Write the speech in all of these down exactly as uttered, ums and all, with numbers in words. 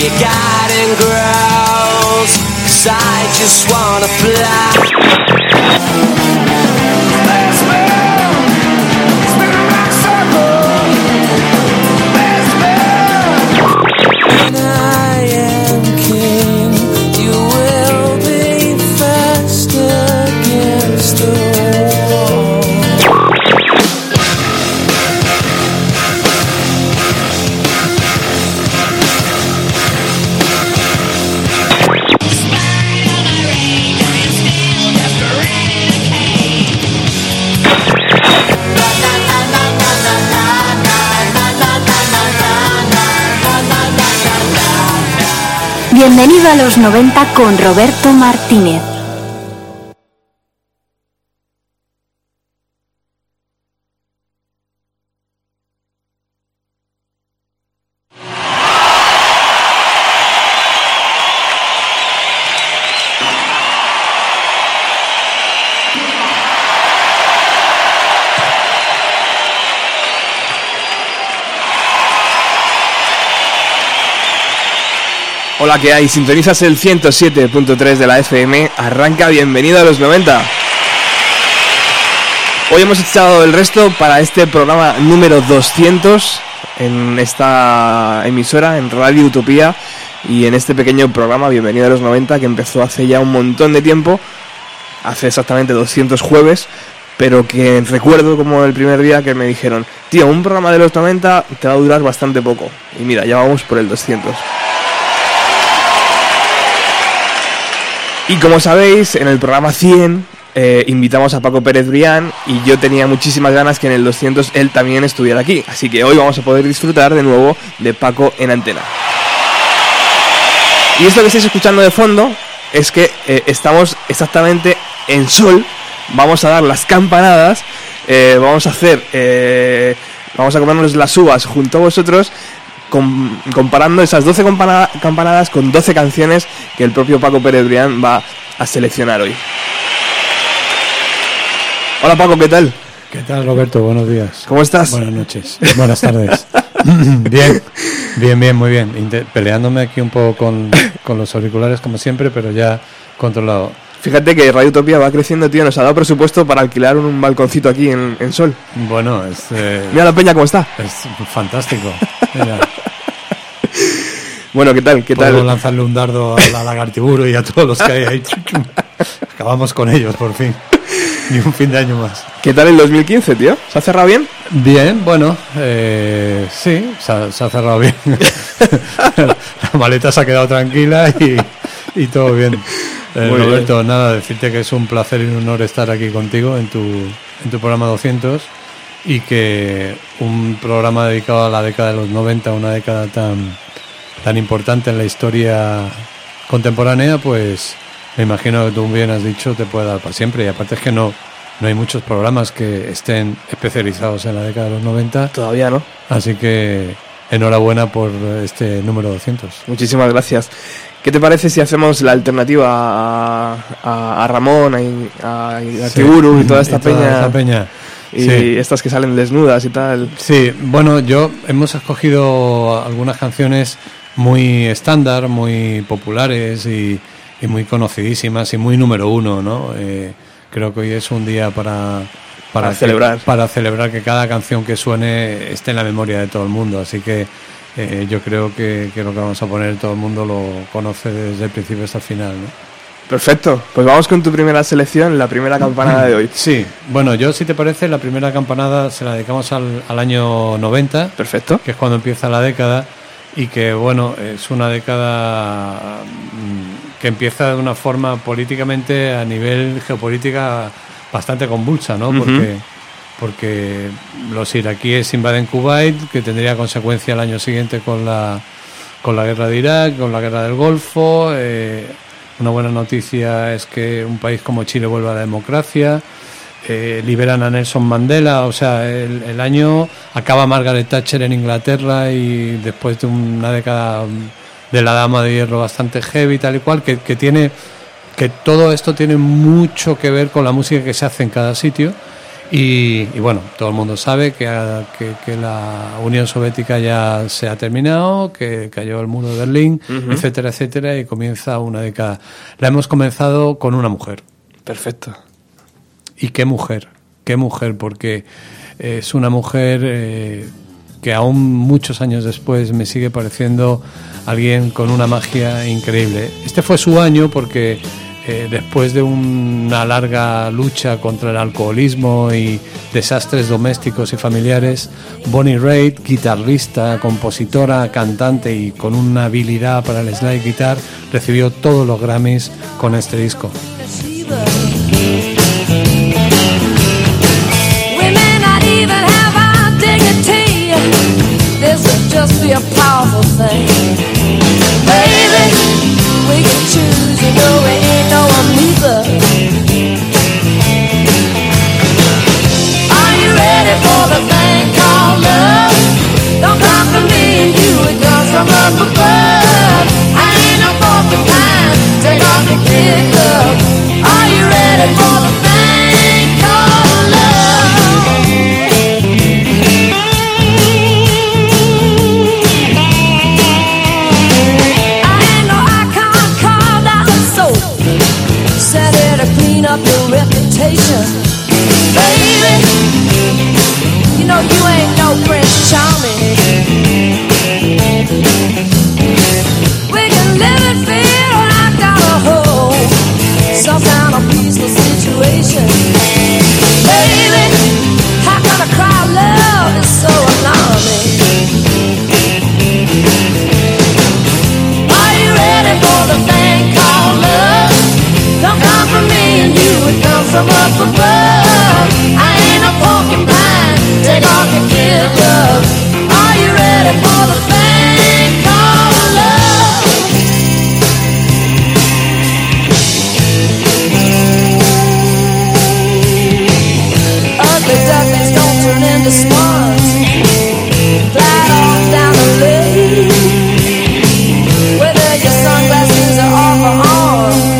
your garden grows, 'cause I just wanna fly. Bienvenido a los noventa con Roberto Martínez. Hola, ¿qué hay? Sintonizas el ciento siete punto tres de la F M. Arranca Bienvenido a los noventa. Hoy hemos echado el resto para este programa número doscientos en esta emisora, en Radio Utopía, y en este pequeño programa Bienvenido a los noventa, que empezó hace ya un montón de tiempo, hace exactamente doscientos jueves, pero que recuerdo como el primer día que me dijeron: tío, un programa de los noventa te va a durar bastante poco. Y mira, ya vamos por el doscientos. Y como sabéis, en el programa cien eh, invitamos a Paco Pérez Brián, y yo tenía muchísimas ganas que en el doscientos él también estuviera aquí. Así que hoy vamos a poder disfrutar de nuevo de Paco en antena. Y esto que estáis escuchando de fondo es que eh, estamos exactamente en sol. Vamos a dar las campanadas, eh, vamos a hacer, eh, vamos a comernos las uvas junto a vosotros, Com- comparando esas doce campana- campanadas con doce canciones que el propio Paco Pérez Brián va a seleccionar hoy. Hola Paco, ¿qué tal? ¿Qué tal, Roberto? Buenos días. ¿Cómo estás? Buenas noches. Buenas tardes. Bien, bien, bien, muy bien. Inter- peleándome aquí un poco con, con los auriculares como siempre, pero ya controlado. Fíjate que Radio Utopía va creciendo, tío. Nos ha dado presupuesto para alquilar un balconcito aquí en, en Sol. Bueno, es... Eh, Mira la peña cómo está. Es fantástico. Mira. Bueno, ¿qué tal? ¿Qué Podemos tal? lanzarle un dardo a la Lagartiburu y a todos los que hay ahí. Acabamos con ellos, por fin. Y un fin de año más. ¿Qué tal el dos mil quince, tío? ¿Se ha cerrado bien? Bien, bueno, eh, sí, se ha, se ha cerrado bien. La maleta se ha quedado tranquila y, y todo bien. Eh, Roberto, bien. Nada, decirte que es un placer y un honor estar aquí contigo en tu, en tu programa doscientos, y que un programa dedicado a la década de los noventa, una década tan, tan importante en la historia contemporánea, pues me imagino que tú bien has dicho, te puede dar para siempre. Y aparte es que no, no hay muchos programas que estén especializados en la década de los noventa. Todavía no. Así que enhorabuena por este número doscientos. Muchísimas gracias. ¿Qué te parece si hacemos la alternativa a, a, a Ramón, a, a, a Tiburu, sí, y toda esta y toda peña? Esta peña. Y sí. Estas que salen desnudas y tal. Sí, bueno, yo hemos escogido algunas canciones muy estándar, muy populares y, y muy conocidísimas y muy número uno, ¿no? Eh, creo que hoy es un día para, para, para que, celebrar. Para celebrar que cada canción que suene esté en la memoria de todo el mundo. Así que eh, yo creo que, que lo que vamos a poner todo el mundo lo conoce desde el principio hasta el final, ¿no? Perfecto, pues vamos con tu primera selección, la primera campanada de hoy. Sí, bueno, yo si te parece, la primera campanada se la dedicamos al, al año noventa. Perfecto. Que es cuando empieza la década, y que bueno, es una década que empieza de una forma políticamente, a nivel geopolítica, bastante convulsa, ¿no? Porque, uh-huh. porque los iraquíes invaden Kuwait, que tendría consecuencia el año siguiente con la, con la guerra de Irak, con la guerra del Golfo. Eh, Una buena noticia es que un país como Chile vuelve a la democracia, eh, liberan a Nelson Mandela, o sea, el, el año acaba Margaret Thatcher en Inglaterra, y después de una década de la dama de hierro bastante heavy, tal y cual, que, que tiene, que todo esto tiene mucho que ver con la música que se hace en cada sitio, Y, y bueno, todo el mundo sabe que, que, que la Unión Soviética ya se ha terminado, que cayó el muro de Berlín, uh-huh. etcétera, etcétera, y comienza una década. La hemos comenzado con una mujer. Perfecto. ¿Y qué mujer? ¿Qué mujer? Porque es una mujer eh, que aún muchos años después me sigue pareciendo alguien con una magia increíble. Este fue su año porque... Eh, después de una larga lucha contra el alcoholismo y desastres domésticos y familiares, Bonnie Raitt, guitarrista, compositora, cantante y con una habilidad para el slide guitar, recibió todos los Grammys con este disco. We can choose, you know we ain't no amoeba. Are you ready for the thing called love? Don't come from me and you, it comes from up above. I ain't no porcupine, take off your kid glove. Are you ready for the thing called love? Set it to clean up your reputation, baby. You know you ain't no Prince Charming. We can live and feel like down a hole, some kind of peaceful situation, baby. How can I cry love is so alarming? Are you ready for the thing called love? Don't come from me and you, it comes from up above. I ain't no porcupine, take off your kid gloves. Are you ready for the thing called love? Ugly ducklings don't turn into swans, glide off down the lane, whether your sunglasses are off or on.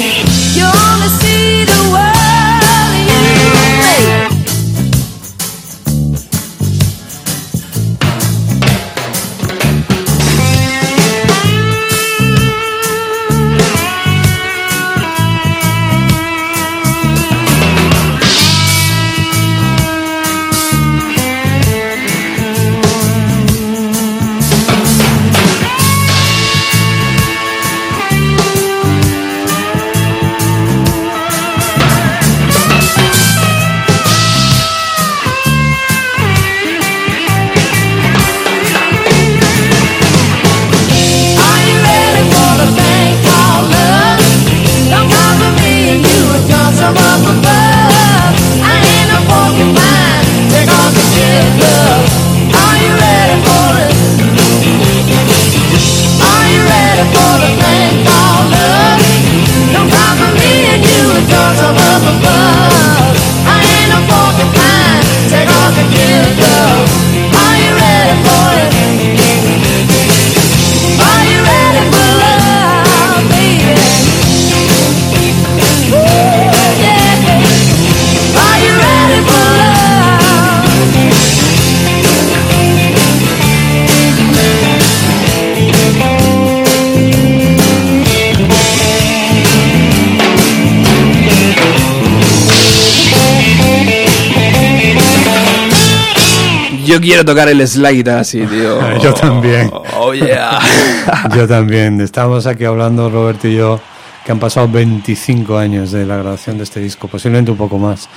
Yo quiero tocar el slide así, tío. Yo también. Oh, yeah. Yo también. Estamos aquí hablando, Roberto y yo, que han pasado veinticinco años de la grabación de este disco, posiblemente un poco más.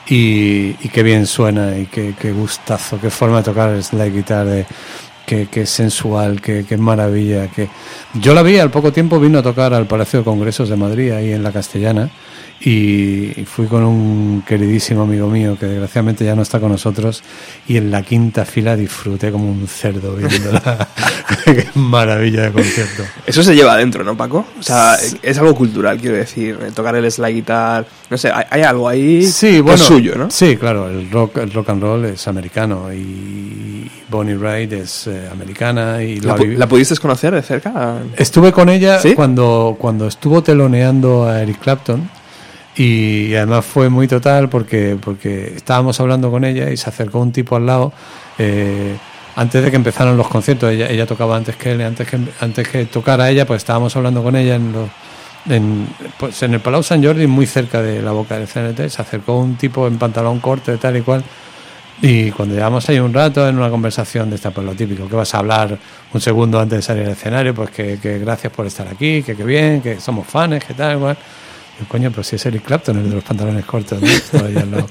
Y, y qué bien suena, y qué, qué gustazo, qué forma de tocar el slide guitar, de, qué, qué sensual, qué, qué maravilla. Que... Yo la vi al poco tiempo, vino a tocar al Palacio de Congresos de Madrid, ahí en la Castellana. Y fui con un queridísimo amigo mío que desgraciadamente ya no está con nosotros, y en la quinta fila disfruté como un cerdo viéndola. Qué maravilla de concierto. Eso se lleva adentro, ¿no, Paco? O sea, es algo cultural, quiero decir, tocar el slide guitar, no sé, hay, hay algo ahí, sí, bueno, que es suyo, ¿no? Sí, claro, el rock, el rock and roll es americano, y Bonnie Raitt es eh, americana. Y ¿La, la, ¿La pudiste conocer de cerca? Estuve con ella, ¿sí?, cuando, cuando, cuando estuvo teloneando a Eric Clapton. Y además fue muy total porque, porque estábamos hablando con ella y se acercó un tipo al lado eh, antes de que empezaran los conciertos. Ella, ella tocaba antes que él, antes que, antes que tocara ella, pues estábamos hablando con ella en los En, pues en el Palau Sant Jordi, muy cerca de la boca del C N T. Se acercó un tipo en pantalón corto y tal y cual, y cuando llevamos ahí un rato en una conversación de esta, pues lo típico, que vas a hablar un segundo antes de salir al escenario, pues que, que gracias por estar aquí, que qué bien, que somos fans, que tal igual. Y coño, pero si es Eric Clapton, el de los pantalones cortos, ¿no? Estaba ahí al lado.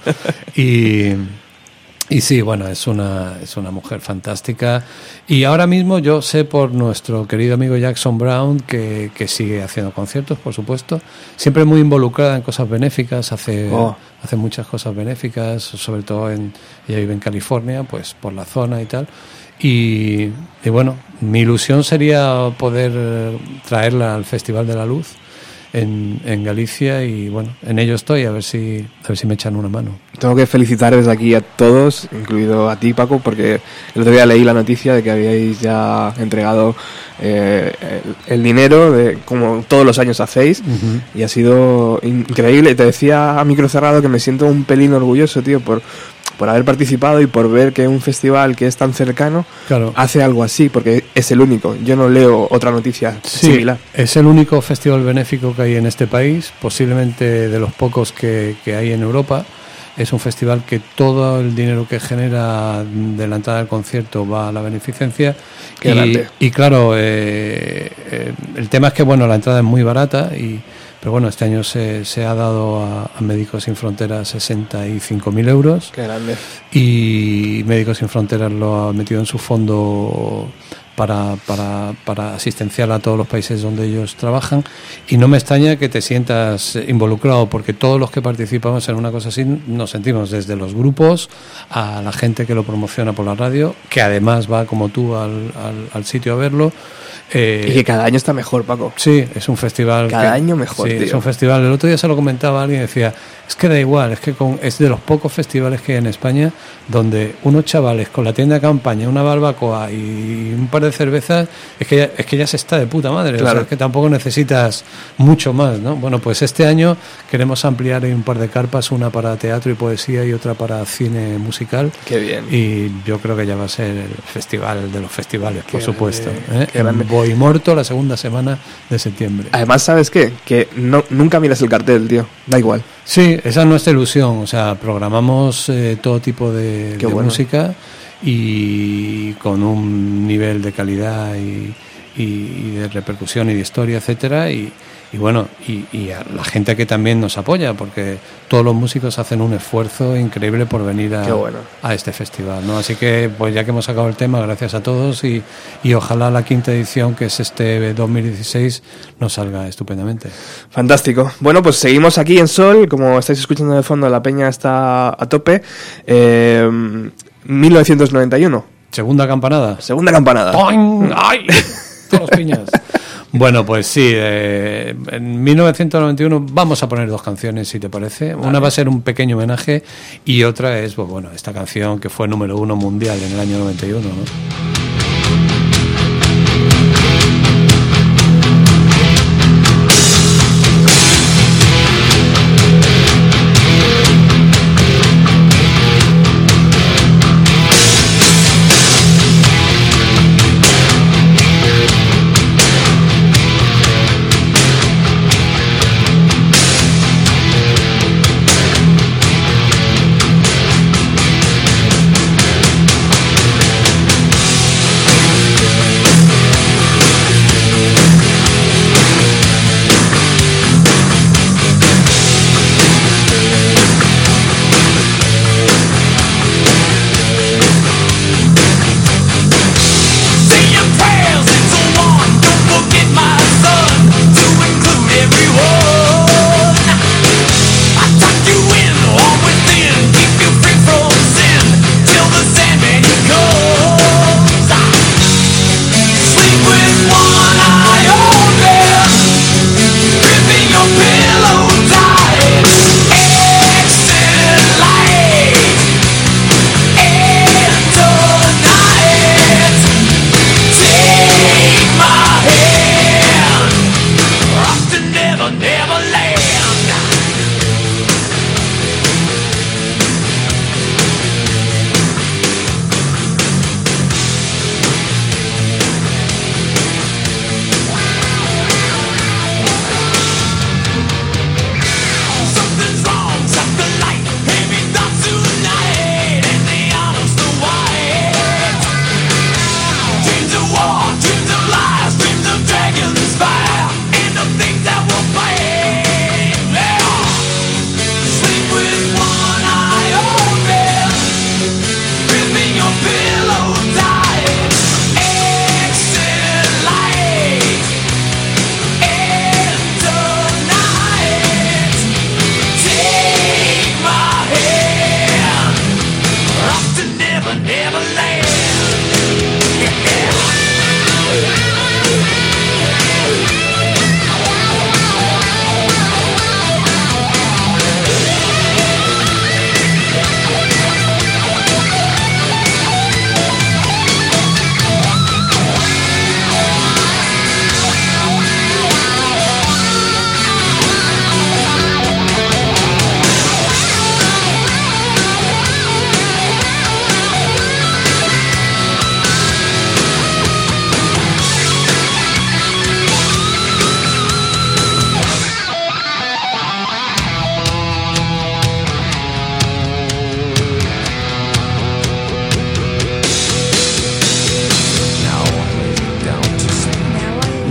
y Y sí, bueno, es una, es una mujer fantástica. Y ahora mismo yo sé por nuestro querido amigo Jackson Brown que, que sigue haciendo conciertos, por supuesto. Siempre muy involucrada en cosas benéficas, hace, oh. hace muchas cosas benéficas, sobre todo en, ella vive en California, pues por la zona y tal. Y, y bueno, mi ilusión sería poder traerla al Festival de la Luz En, en Galicia, y bueno, en ello estoy, a ver si a ver si me echan una mano. Tengo que felicitar desde aquí a todos, incluido a ti, Paco, porque el otro día leí la noticia de que habíais ya entregado eh, el, el dinero, de como todos los años hacéis, uh-huh. y ha sido increíble. Te decía a micro cerrado que me siento un pelín orgulloso, tío, por por haber participado y por ver que un festival que es tan cercano claro. hace algo así, porque es el único. Yo no leo otra noticia sí, similar. Es el único festival benéfico que hay en este país, posiblemente de los pocos que, que hay en Europa. Es un festival que todo el dinero que genera de la entrada al concierto va a la beneficencia. Qué y, grande. y claro, eh, eh, el tema es que bueno, la entrada es muy barata, y pero bueno, este año se, se ha dado a, a Médicos Sin Fronteras sesenta y cinco mil euros. Qué grande. Y Médicos Sin Fronteras lo ha metido en su fondo para, para, para asistenciar a todos los países donde ellos trabajan. Y no me extraña que te sientas involucrado, porque todos los que participamos en una cosa así nos sentimos, desde los grupos a la gente que lo promociona por la radio, que además va como tú al, al, al sitio a verlo. Eh, y que cada año está mejor, Paco. Sí, es un festival. Cada que, año mejor, sí, tío. Es un festival. El otro día se lo comentaba a alguien y decía, es que da igual, es que con, es de los pocos festivales que hay en España donde unos chavales con la tienda de campaña, una barbacoa y un par de cervezas, es que ya, es que ya se está de puta madre. Claro. O sea, es que tampoco necesitas mucho más, ¿no? Bueno, pues este año queremos ampliar un par de carpas, una para teatro y poesía y otra para cine musical. Qué bien. Y yo creo que ya va a ser el festival de los festivales, Qué por supuesto. grande, ¿eh? qué grande. En Boimorto, la segunda semana de septiembre. Además, ¿sabes qué? Que no, nunca miras el cartel, tío. Da igual. Sí, esa es nuestra ilusión. O sea, programamos eh, todo tipo de, de bueno. música, y con un nivel de calidad y, y, y de repercusión y de historia, etcétera. Y, y bueno, y, y a la gente que también nos apoya, porque todos los músicos hacen un esfuerzo increíble por venir a, bueno. a este festival, ¿no? Así que, pues ya que hemos sacado el tema, gracias a todos, y, y ojalá la quinta edición, que es este dos mil dieciséis, nos salga estupendamente. Fantástico. Bueno, pues seguimos aquí en Sol, como estáis escuchando de fondo, la peña está a tope. Eh, mil novecientos noventa y uno. Segunda campanada. Segunda campanada. ¡Poing! ¡Ay! Todos los piñas. Bueno, pues sí, eh, en mil novecientos noventa y uno vamos a poner dos canciones, si te parece. Vale. Una va a ser un pequeño homenaje y otra es, pues, bueno, esta canción que fue número uno mundial en el año noventa y uno, ¿no?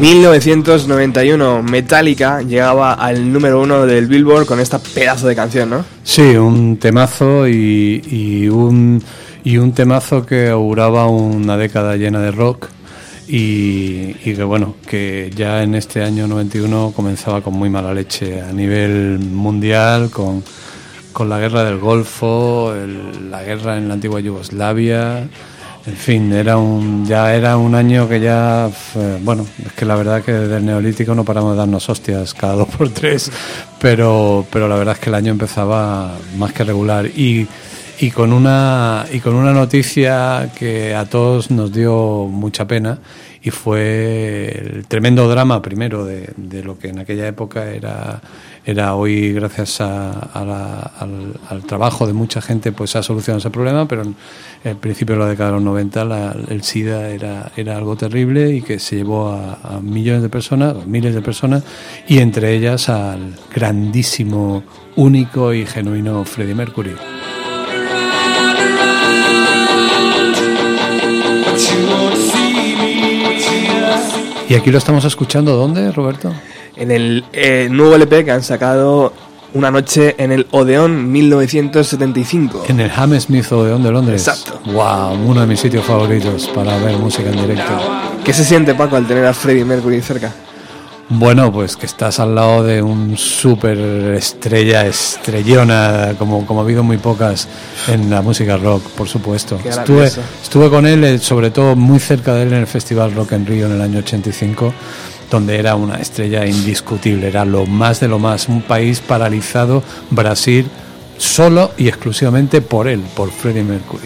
mil novecientos noventa y uno, Metallica llegaba al número uno del Billboard con esta pedazo de canción, ¿no? Sí, un temazo y, y un y un temazo que auguraba una década llena de rock y, y que bueno, que ya en este año noventa y uno comenzaba con muy mala leche a nivel mundial, con, con la guerra del Golfo, el, la guerra en la antigua Yugoslavia. En fin, era un ya era un año que ya, eh, bueno, es que la verdad que desde el Neolítico no paramos de darnos hostias cada dos por tres, pero pero la verdad es que el año empezaba más que regular y y con una y con una noticia que a todos nos dio mucha pena y fue el tremendo drama primero de, de lo que en aquella época era era hoy gracias a, a la, al, al trabajo de mucha gente pues se ha solucionado ese problema, pero en el principio de la década de los noventa la, el SIDA era, era algo terrible y que se llevó a, a millones de personas, miles de personas, y entre ellas al grandísimo, único y genuino Freddie Mercury. Y aquí lo estamos escuchando, ¿dónde, Roberto? En el eh, nuevo L P que han sacado, Una noche en el Odeón mil novecientos setenta y cinco. En el Hammersmith Odeón de Londres. Exacto. Wow, uno de mis sitios favoritos para ver música en directo. ¿Qué se siente, Paco, al tener a Freddie Mercury cerca? Bueno, pues que estás al lado de un súper estrella, estrellona, como, como ha habido muy pocas en la música rock, por supuesto. Estuve, estuve con él, sobre todo muy cerca de él en el Festival Rock en Río en el año ochenta y cinco, donde era una estrella indiscutible, era lo más de lo más, un país paralizado, Brasil, solo y exclusivamente por él, por Freddie Mercury.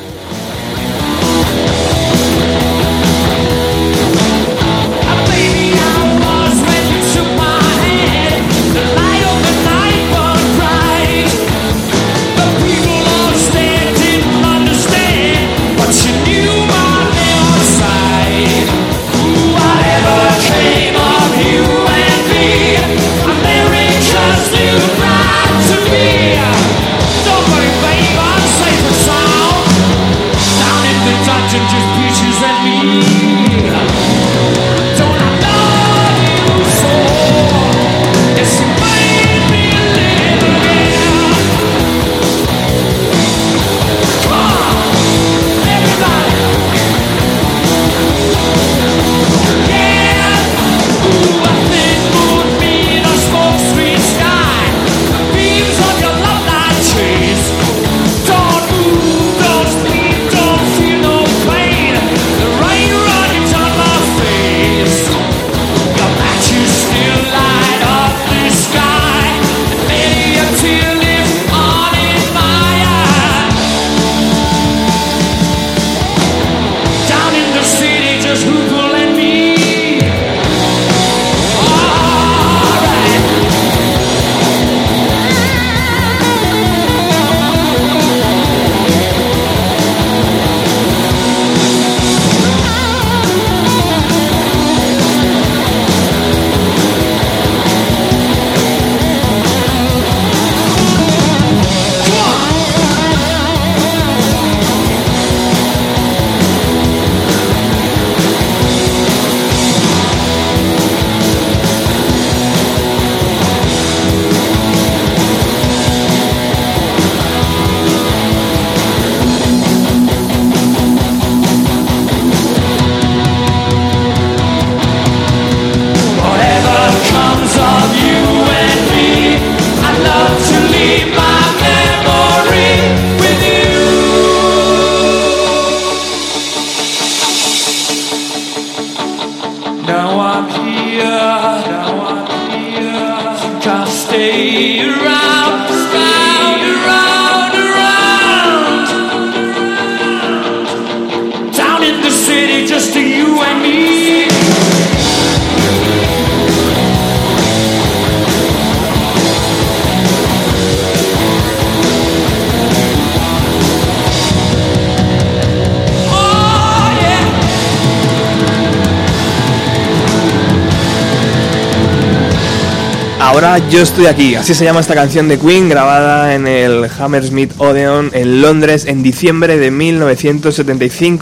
Ahora yo estoy aquí, así se llama esta canción de Queen, grabada en el Hammersmith Odeon en Londres en diciembre de mil novecientos setenta y cinco,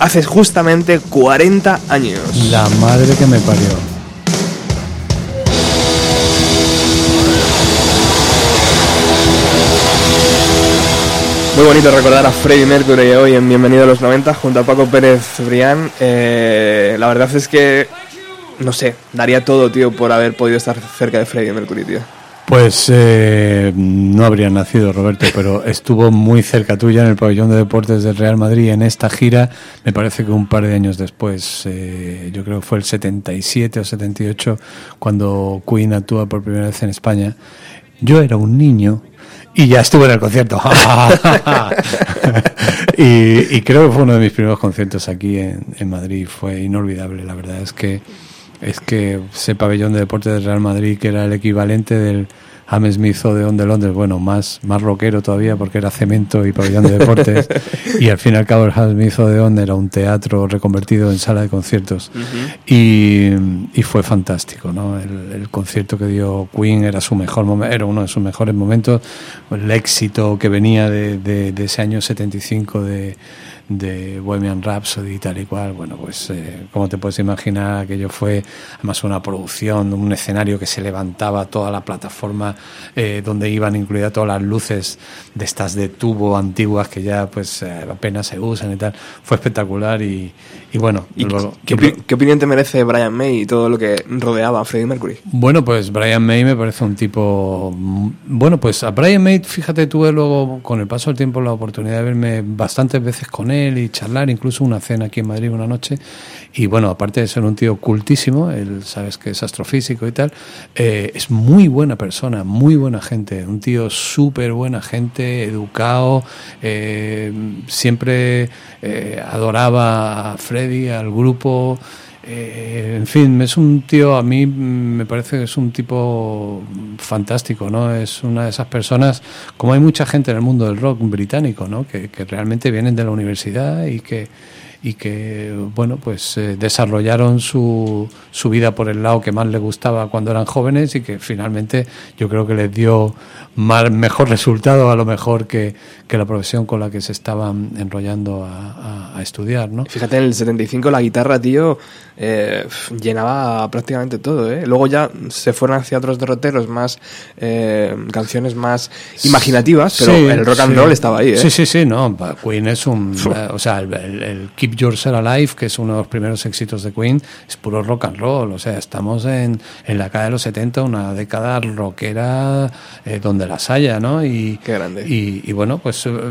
hace justamente cuarenta años. La madre que me parió. Muy bonito recordar a Freddie Mercury hoy en Bienvenido a los noventa junto a Paco Pérez Brián. Eh, la verdad es que, no sé, daría todo, tío, por haber podido estar cerca de Freddie Mercury, tío. Pues eh, no habría nacido, Roberto, pero estuvo muy cerca tuya en el pabellón de deportes del Real Madrid en esta gira. Me parece que un par de años después, eh, yo creo que fue el setenta y siete o setenta y ocho, cuando Queen actúa por primera vez en España. Yo era un niño y ya estuve en el concierto. y, y creo que fue uno de mis primeros conciertos aquí en, en Madrid. Fue inolvidable, la verdad es que es que ese pabellón de deportes del Real Madrid, que era el equivalente del Hammersmith Odeon de Londres, bueno, más, más rockero todavía porque era cemento y pabellón de deportes, y al fin y al cabo el Hammersmith Odeon era un teatro reconvertido en sala de conciertos. Uh-huh. y, y fue fantástico, ¿no? El, el concierto que dio Queen era su mejor momento, era uno de sus mejores momentos, el éxito que venía de, de, de ese año setenta y cinco de de Bohemian Rhapsody y tal y cual. Bueno, pues eh, como te puedes imaginar, aquello fue además una producción, un escenario que se levantaba toda la plataforma, eh, donde iban incluidas todas las luces de estas de tubo antiguas que ya pues eh, apenas se usan y tal. Fue espectacular y, y bueno. ¿Y luego, ¿qué, luego, ¿Qué opinión te merece Brian May y todo lo que rodeaba a Freddie Mercury? Bueno, pues Brian May me parece un tipo... Bueno, pues a Brian May, fíjate, tuve luego con el paso del tiempo la oportunidad de verme bastantes veces con él y charlar, incluso una cena aquí en Madrid una noche, y bueno, aparte de ser un tío cultísimo, él sabes que es astrofísico y tal, eh, es muy buena persona, muy buena gente, un tío súper buena gente, educado, eh, siempre eh, adoraba a Freddie, al grupo. Eh, en fin, es un tío, a mí me parece que es un tipo fantástico, ¿no? Es una de esas personas, como hay mucha gente en el mundo del rock británico, ¿no? Que, que realmente vienen de la universidad y que y que, bueno, pues eh, desarrollaron su, su vida por el lado que más les gustaba cuando eran jóvenes y que finalmente yo creo que les dio más, mejor resultado a lo mejor que, que la profesión con la que se estaban enrollando a, a, a estudiar, ¿no? Fíjate, en el setenta y cinco la guitarra, tío, eh, llenaba prácticamente todo, ¿eh? Luego ya se fueron hacia otros derroteros, más eh, canciones más imaginativas, pero sí, el rock and roll sí. estaba ahí, ¿eh? Sí, sí, sí, no, Queen es un... Eh, o sea, el, el, el Keep Yourself Alive, que es uno de los primeros éxitos de Queen, es puro rock and roll. O sea, estamos en, en la década de los setenta, una década rockera eh, donde las haya, ¿no? Y, Qué grande. Y, y bueno, pues eh,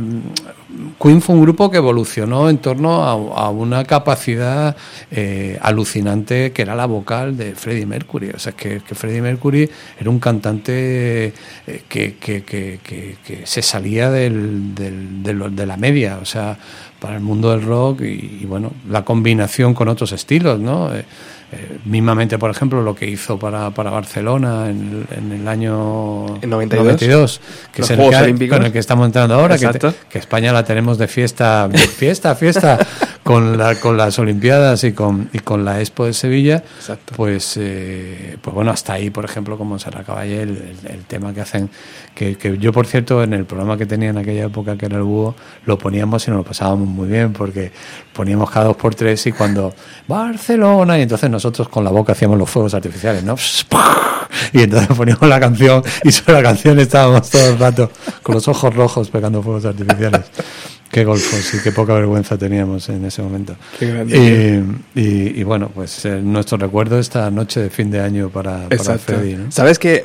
Queen fue un grupo que evolucionó en torno a, a una capacidad eh, alucinante que era la vocal de Freddie Mercury. O sea, que, que Freddie Mercury era un cantante eh, que, que, que, que, que se salía del, del, de, lo, de la media, o sea, para el mundo del rock y, y bueno, la combinación con otros estilos, ¿no? Eh, eh, mismamente, por ejemplo, lo que hizo para, para Barcelona en, en el año ¿En noventa y dos? noventa y dos, que Los es el Juegos que, Olímpicos. con el que estamos entrando ahora, que, te, Exacto. que España la tenemos de fiesta, fiesta, fiesta, con la con las Olimpiadas y con y con la Expo de Sevilla. Exacto. Pues, eh, pues bueno, hasta ahí, por ejemplo, como Serra Caballé, el, el, el tema que hacen, que, que yo, por cierto, en el programa que tenía en aquella época, que era el Búho, lo poníamos y nos lo pasábamos muy bien, porque poníamos cada dos por tres y cuando Barcelona, y entonces nosotros con la boca hacíamos los fuegos artificiales, ¿no? Y entonces poníamos la canción y sobre la canción estábamos todo el rato con los ojos rojos pegando fuegos artificiales. Qué golfos y qué poca vergüenza teníamos en ese momento. Qué grande. Y, y, y bueno, pues eh, nuestro recuerdo esta noche de fin de año para, para Freddy, ¿no? ¿Sabes que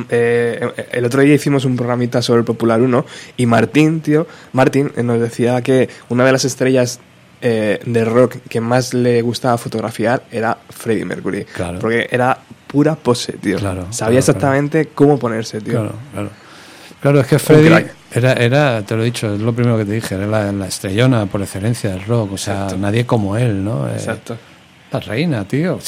eh, el otro día hicimos un programita sobre el Popular uno y Martín, tío, Martín eh, nos decía que una de las estrellas eh, de rock que más le gustaba fotografiar era Freddie Mercury? Claro. Porque era pura pose, tío. Claro, Sabía claro, exactamente claro. cómo ponerse, tío. Claro, claro. Claro, es que Freddie era, era, te lo he dicho, es lo primero que te dije, era la, la estrellona por excelencia del rock, o sea, exacto. Nadie como él, ¿no? Exacto. Eh, la reina, tío,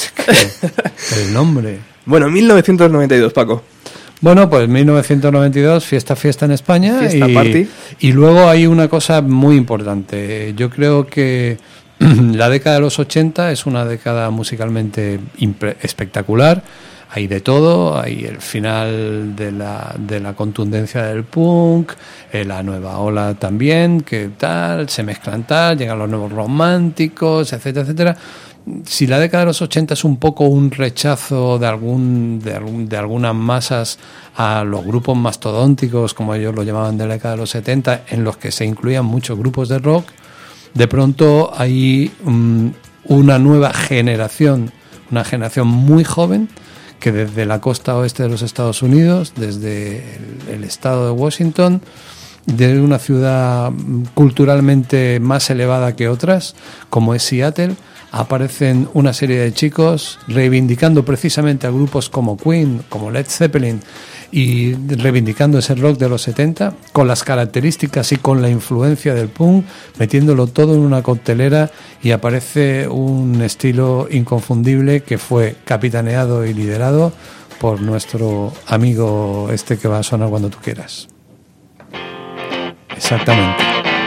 el nombre. Bueno, mil novecientos noventa y dos, Paco. Bueno, pues mil novecientos noventa y dos, fiesta, fiesta en España. Fiesta y, party. Y luego hay una cosa muy importante. Yo creo que la década de los ochenta es una década musicalmente impre- espectacular. hay de todo, hay el final de la, de la contundencia del punk, eh, la nueva ola también, que tal, se mezclan tal, llegan los nuevos románticos, etcétera, etcétera. Si la década de los ochenta es un poco un rechazo de algún, de algún de algunas masas a los grupos mastodónticos, como ellos lo llamaban, de la década de los setenta, en los que se incluían muchos grupos de rock, de pronto hay um, una nueva generación, una generación muy joven, que desde la costa oeste de los Estados Unidos, desde el, el estado de Washington, de una ciudad culturalmente más elevada que otras, como es Seattle, aparecen una serie de chicos reivindicando precisamente a grupos como Queen, como Led Zeppelin, y reivindicando ese rock de los setenta, con las características y con la influencia del punk, metiéndolo todo en una coctelera, y aparece un estilo inconfundible que fue capitaneado y liderado por nuestro amigo este que va a sonar cuando tú quieras. Exactamente.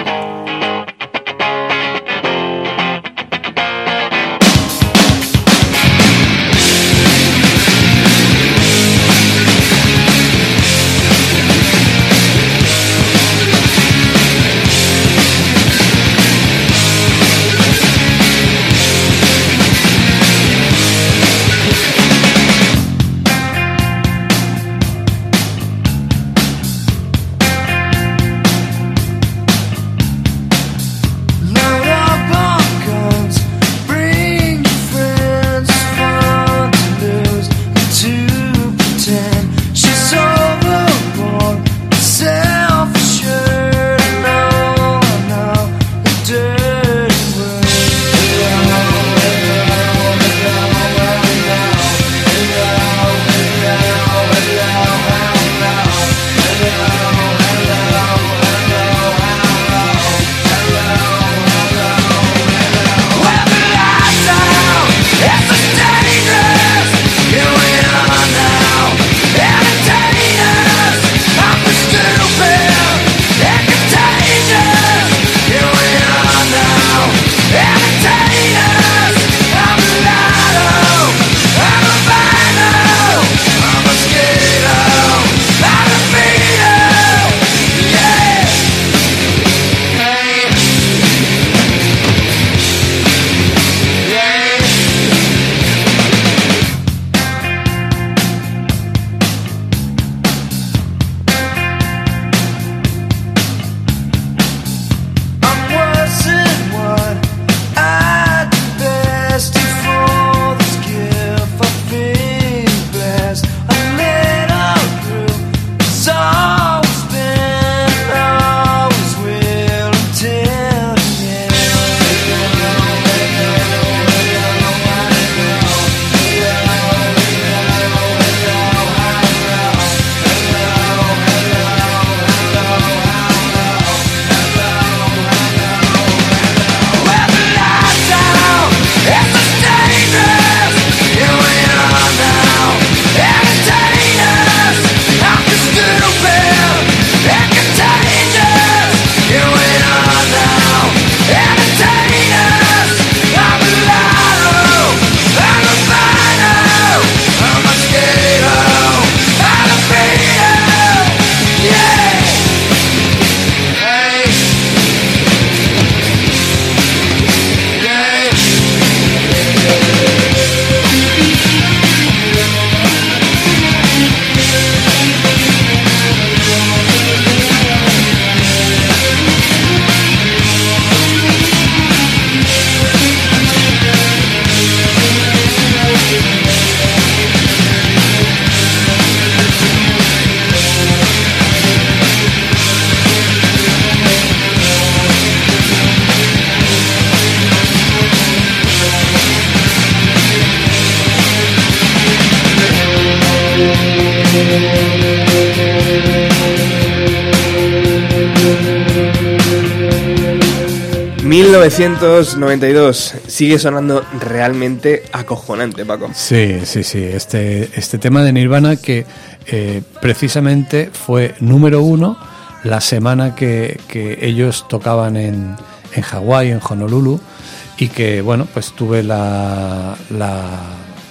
mil novecientos noventa y dos sigue sonando realmente acojonante, Paco. Sí, sí, sí. Este, este tema de Nirvana que eh, precisamente fue número uno la semana que, que ellos tocaban en, en Hawái, en Honolulu, y que, bueno, pues tuve la, la,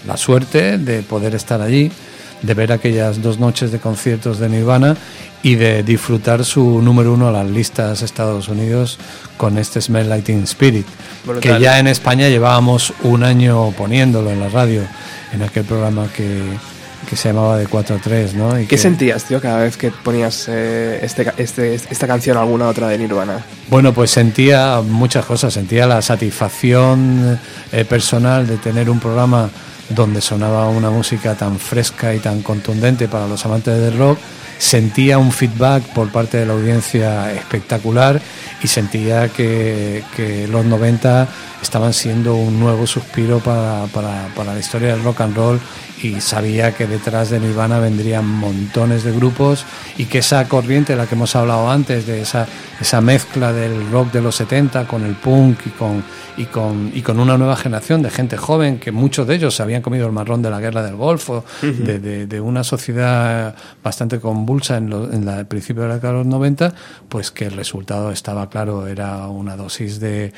la suerte de poder estar allí, de ver aquellas dos noches de conciertos de Nirvana y de disfrutar su número uno a las listas Estados Unidos con este Smell Like Teen Spirit. Brutal. Que ya en España llevábamos un año poniéndolo en la radio, en aquel programa que, que se llamaba de cuatro a tres, ¿no? Y ¿Qué que, sentías, tío, cada vez que ponías eh, este, este, esta canción o alguna otra de Nirvana? Bueno, pues sentía muchas cosas, sentía la satisfacción eh, personal de tener un programa donde sonaba una música tan fresca y tan contundente para los amantes del rock. Sentía un feedback por parte de la audiencia espectacular y sentía que, que los noventa estaban siendo un nuevo suspiro para, para, para la historia del rock and roll, y sabía que detrás de Nirvana vendrían montones de grupos y que esa corriente de la que hemos hablado antes, de esa, esa mezcla del rock de los setenta con el punk y con, y, con, y con una nueva generación de gente joven, que muchos de ellos se habían comido el marrón de la guerra del Golfo, uh-huh. de, de, de una sociedad bastante convulsa en, lo, en la, el principio de la década de los noventa, pues que el resultado estaba claro, era una dosis de,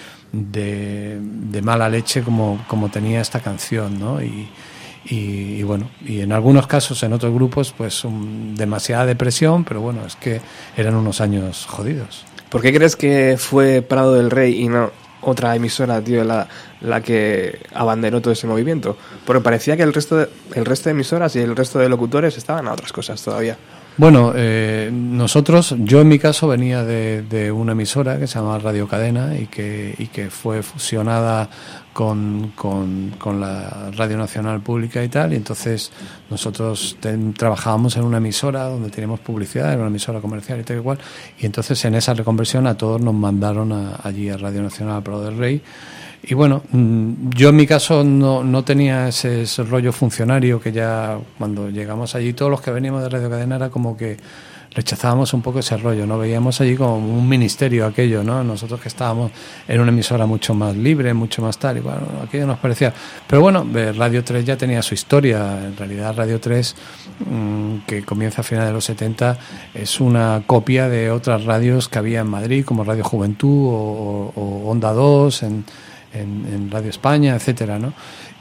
de, de mala leche como, como tenía esta canción, ¿no? Y, Y, y bueno, y en algunos casos, en otros grupos, pues um, demasiada depresión, pero bueno, es que eran unos años jodidos. ¿Por qué crees que fue Prado del Rey y no otra emisora, tío, la, la que abanderó todo ese movimiento? Porque parecía que el resto de, el resto de emisoras y el resto de locutores estaban a otras cosas todavía. Bueno, eh, nosotros, yo en mi caso venía de, de una emisora que se llama Radio Cadena y que, y que fue fusionada con, con, con la Radio Nacional Pública y tal, y entonces nosotros ten, trabajábamos en una emisora donde teníamos publicidad, era una emisora comercial y tal y cual, y entonces en esa reconversión a todos nos mandaron a, allí a Radio Nacional Prado del Rey. Y bueno, yo en mi caso no, no tenía ese, ese rollo funcionario que ya cuando llegamos allí, todos los que veníamos de Radio Cadena era como que rechazábamos un poco ese rollo, ¿no? Veíamos allí como un ministerio aquello, ¿no? Nosotros que estábamos en una emisora mucho más libre, mucho más tal, y bueno, aquello nos parecía. Pero bueno, Radio tres ya tenía su historia. En realidad Radio tres, mmm, que comienza a finales de los setenta, es una copia de otras radios que había en Madrid, como Radio Juventud o, o, o Onda dos, en En, en Radio España, etcétera, ¿no?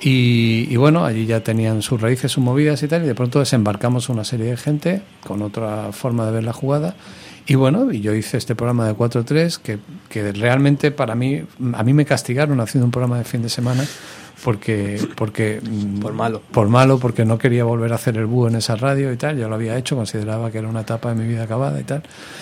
Y, y bueno, allí ya tenían sus raíces, sus movidas y tal, y de pronto desembarcamos una serie de gente con otra forma de ver la jugada. Y bueno, y yo hice este programa de cuatro tres que, que realmente para mí, a mí me castigaron haciendo un programa de fin de semana porque porque por malo por malo porque no quería volver a hacer el búho en esa radio y tal. Yo lo había hecho, consideraba que era una etapa de mi vida acabada y tal,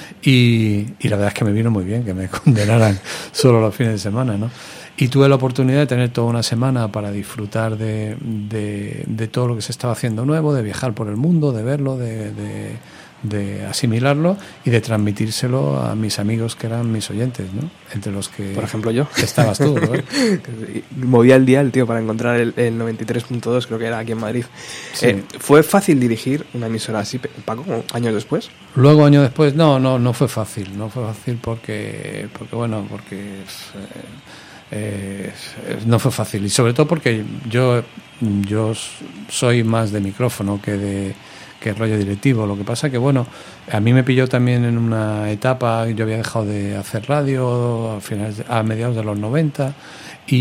y, y la verdad es que me vino muy bien que me condenaran solo los fines de semana, ¿no? Y tuve la oportunidad de tener toda una semana para disfrutar de, de, de todo lo que se estaba haciendo nuevo, de viajar por el mundo, de verlo, de, de, de asimilarlo y de transmitírselo a mis amigos que eran mis oyentes, ¿no? Entre los que... Por ejemplo, yo. Estabas tú, ¿no? Movía el dial, tío, para encontrar el, el noventa y tres punto dos, creo que era aquí en Madrid. Sí. Eh, ¿Fue fácil dirigir una emisora así, Paco, años después? Luego, años después, no, no, no fue fácil. No fue fácil porque, porque bueno, porque... Eh, Eh, no fue fácil, y sobre todo porque yo yo soy más de micrófono que de que rollo directivo. Lo que pasa que bueno, a mí me pilló también en una etapa, yo había dejado de hacer radio a finales de, a mediados de los noventa y,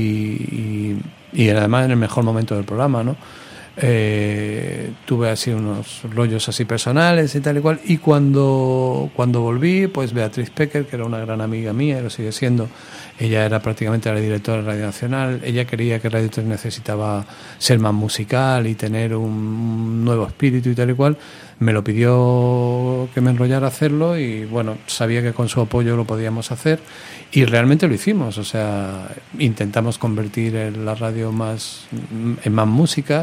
y, y además en el mejor momento del programa, ¿no? Eh, tuve así unos rollos así personales y tal y cual, y cuando cuando volví, pues Beatriz Pecker, que era una gran amiga mía y lo sigue siendo, ella era prácticamente la directora de Radio Nacional, ella quería que Radio tres necesitaba ser más musical y tener un nuevo espíritu y tal y cual, me lo pidió que me enrollara a hacerlo y bueno, sabía que con su apoyo lo podíamos hacer y realmente lo hicimos, o sea, intentamos convertir la radio más en más música.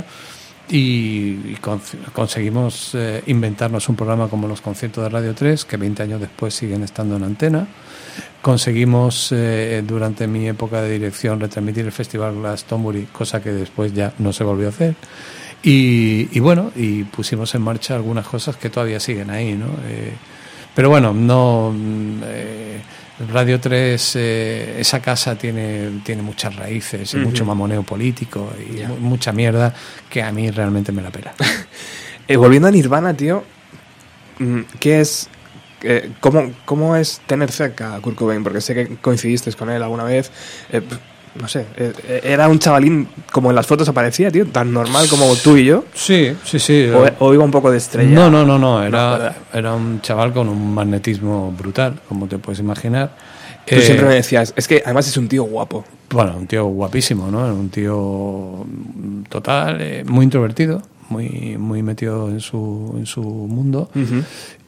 Y, y con, conseguimos eh, inventarnos un programa como los conciertos de Radio tres, que veinte años después siguen estando en antena. Conseguimos eh, durante mi época de dirección retransmitir el Festival Glastonbury, cosa que después ya no se volvió a hacer. Y, y bueno, y pusimos en marcha algunas cosas que todavía siguen ahí, ¿no? Eh, pero bueno, no... Eh, Radio tres, eh, esa casa tiene, tiene muchas raíces y uh-huh. mucho mamoneo político y yeah. mucha mierda que a mí realmente me la pela. eh, volviendo a Nirvana, tío, ¿qué es, eh, cómo, cómo es tener cerca a Kurt Cobain? Porque sé que coincidiste con él alguna vez. Eh, no sé, eh, era un chavalín como en las fotos aparecía, tío, tan normal como tú y yo. Sí, sí, sí. O, o iba un poco de estrella. No, no, no, no. Era, ¿verdad? era un chaval con un magnetismo brutal, como te puedes imaginar. Tú Eh, siempre me decías, es que además es un tío guapo. Bueno, un tío guapísimo, ¿no? Un tío total, eh, muy introvertido, muy, muy metido en su, en su mundo. Uh-huh.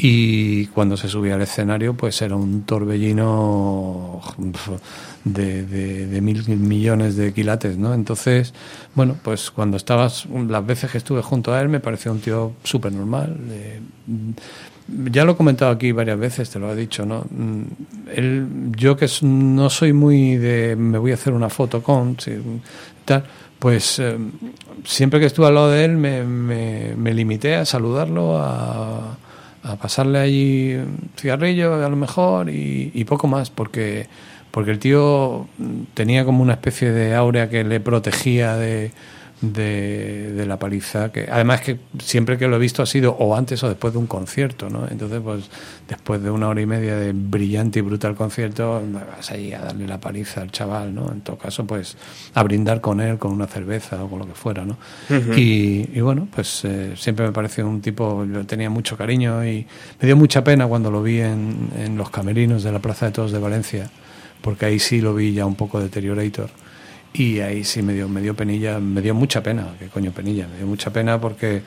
Y cuando se subía al escenario, pues era un torbellino de, de, de mil millones de quilates, ¿no? Entonces, bueno, pues cuando estabas, las veces que estuve junto a él, me pareció un tío súper normal. Eh, ya lo he comentado aquí varias veces, te lo he dicho, ¿no? Él, yo que no soy muy de me voy a hacer una foto con, sí, tal, pues eh, siempre que estuve al lado de él me, me, me limité a saludarlo, a, a pasarle allí un cigarrillo a lo mejor y, y poco más, porque, porque el tío tenía como una especie de áurea que le protegía de... De, de la paliza, que además que siempre que lo he visto ha sido o antes o después de un concierto, ¿no? Entonces, pues después de una hora y media de brillante y brutal concierto, vas ahí a darle la paliza al chaval, ¿no? En todo caso, pues a brindar con él, con una cerveza o con lo que fuera, ¿no? Uh-huh. y, y bueno, pues eh, siempre me pareció un tipo, yo tenía mucho cariño y me dio mucha pena cuando lo vi en, en los camerinos de la Plaza de Toros de Valencia, porque ahí sí lo vi ya un poco deteriorator. Y ahí sí me dio, me dio penilla, me dio mucha pena, ¿qué coño penilla? Me dio mucha pena porque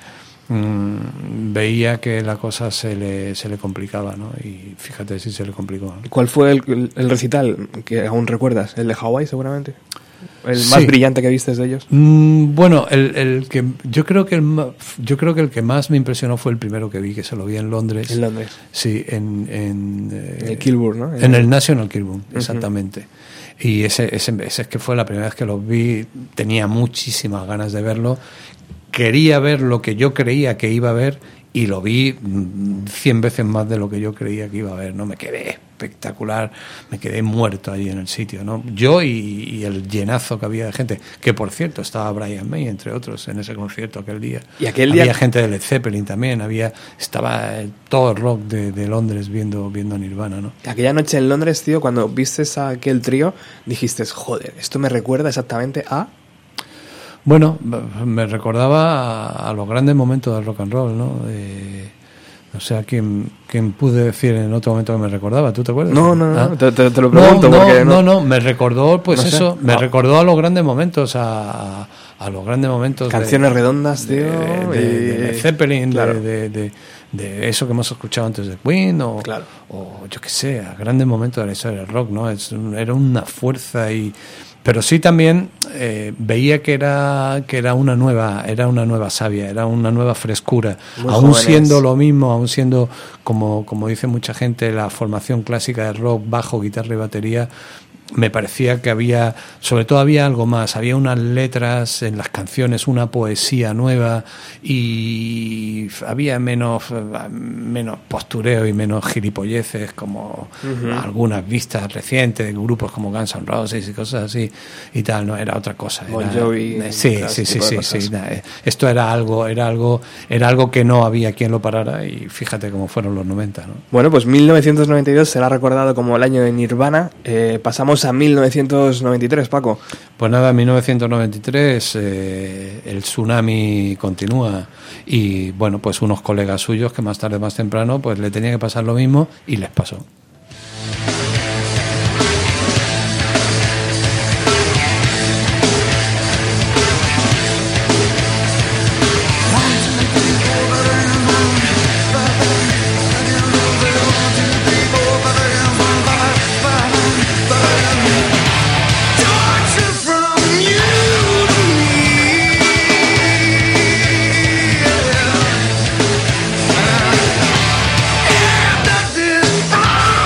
mmm, veía que la cosa se le, se le complicaba, ¿no? Y fíjate si se le complicó. ¿Cuál fue el, el recital que aún recuerdas? ¿El de Hawái seguramente? ¿El Sí. más brillante que vistes de ellos? Mm, bueno, el, el que yo creo que el ma- yo creo que el que más me impresionó fue el primero que vi, que se lo vi en Londres. En Londres. Sí, en en, eh, En el Kilburn, ¿no? En el National Kilburn, exactamente. Uh-huh. Y ese, ese, ese es que fue la primera vez que lo vi, tenía muchísimas ganas de verlo, quería ver lo que yo creía que iba a ver y lo vi cien veces más de lo que yo creía que iba a ver, ¿no? Me quedé espectacular, me quedé muerto allí en el sitio, ¿no? Yo y, y el llenazo que había de gente, que por cierto estaba Brian May, entre otros, en ese concierto aquel día. Y aquel había día... gente de Led Zeppelin también, había estaba todo el rock de, de Londres viendo, viendo Nirvana, ¿no? Aquella noche en Londres, tío, cuando vistes a aquel trío, dijiste, joder, esto me recuerda exactamente a... Bueno, me recordaba a, a los grandes momentos del rock and roll, ¿no? Eh, no sé a quién, quién pude decir en otro momento que me recordaba, ¿tú te acuerdas? No, no, no, ¿Ah? te, te, te lo pregunto no, porque... No, no, no, me recordó, pues no sé. eso, me Ah. recordó a los grandes momentos, a, a los grandes momentos... Canciones de, redondas, tío. De, de, y... de, de Zeppelin, claro. de, de, de, de eso que hemos escuchado antes de Queen, o, claro. o yo qué sé, a grandes momentos de la historia del rock, ¿no? Es, era una fuerza y... Pero sí también eh, veía que era que era una nueva era una nueva savia, era una nueva frescura, muy aún jóvenes. siendo lo mismo, aún siendo como como dice mucha gente la formación clásica de rock, bajo, guitarra y batería. Me parecía que había, sobre todo había algo más, había unas letras en las canciones, una poesía nueva y había menos menos postureo y menos gilipolleces como uh-huh. algunas vistas recientes de grupos como Guns N' Roses y cosas así y tal, no era otra cosa. Era, Bon Jovi, sí, claro, sí, sí, sí, sí, sí, esto era algo, era algo, era algo que no había quien lo parara y fíjate cómo fueron los noventa, ¿no? Bueno, pues mil novecientos noventa y dos será recordado como el año de Nirvana. Eh, pasamos a mil novecientos noventa y tres, Paco. Pues nada, en mil novecientos noventa y tres eh, el tsunami continúa y bueno, pues unos colegas suyos que más tarde más temprano pues le tenía que pasar lo mismo y les pasó. This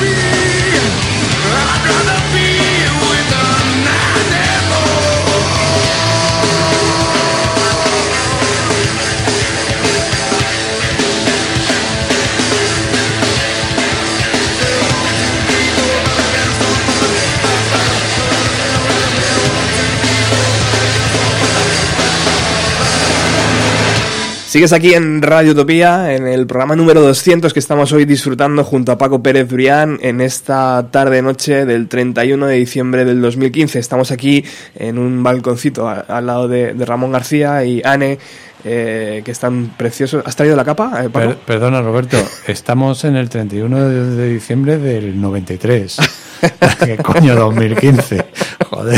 Sigues aquí en Radio Utopía, en el programa número doscientos que estamos hoy disfrutando junto a Paco Pérez Brián en esta tarde-noche del treinta y uno de diciembre del dos mil quince. Estamos aquí en un balconcito a, al lado de, de Ramón García y Anne, eh, que están preciosos. ¿Has traído la capa, eh, Paco? Per, perdona, Roberto, estamos en el treinta y uno de, de diciembre del noventa y tres. ¿Qué coño, dos mil quince? Joder.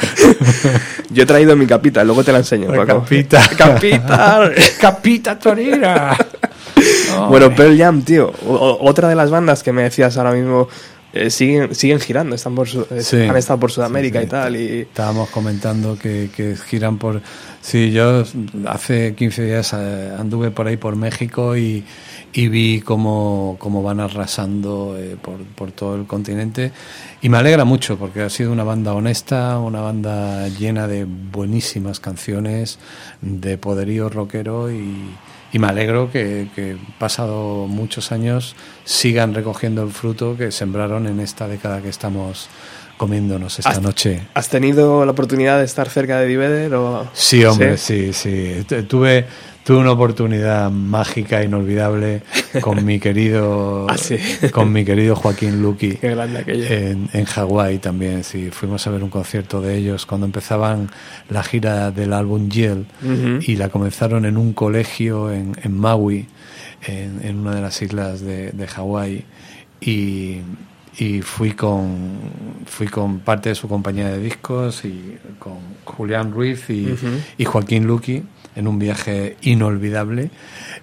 Yo he traído mi capita, luego te la enseño, La Paco. capita. ¡Capita! ¡Capita torera! Oh, bueno, Pearl Jam, tío, o, otra de las bandas que me decías ahora mismo, eh, siguen siguen girando, están por su, eh, sí, han estado por Sudamérica sí, sí. y tal. Y estábamos comentando que, que giran por... Sí, yo hace quince días eh, anduve por ahí por México y, y vi cómo, cómo van arrasando eh, por, por todo el continente, y me alegra mucho porque ha sido una banda honesta, una banda llena de buenísimas canciones, de poderío rockero, y, y me alegro que, que pasado muchos años sigan recogiendo el fruto que sembraron en esta década que estamos comiéndonos esta ¿Has, noche. ¿Has tenido la oportunidad de estar cerca de Eddie Vedder? O... Sí, hombre, sí, sí. sí. Tuve, tuve una oportunidad mágica, inolvidable, con mi querido, ¿Ah, sí? con mi querido Joaquín Luqui. Qué grande aquello. En, en Hawái también, sí. Fuimos a ver un concierto de ellos cuando empezaban la gira del álbum Yell, Uh-huh. y la comenzaron en un colegio en, en Maui, en, en una de las islas de, de Hawái, y... y fui con fui con parte de su compañía de discos y con Julián Ruiz y, uh-huh. y Joaquín Luqui en un viaje inolvidable,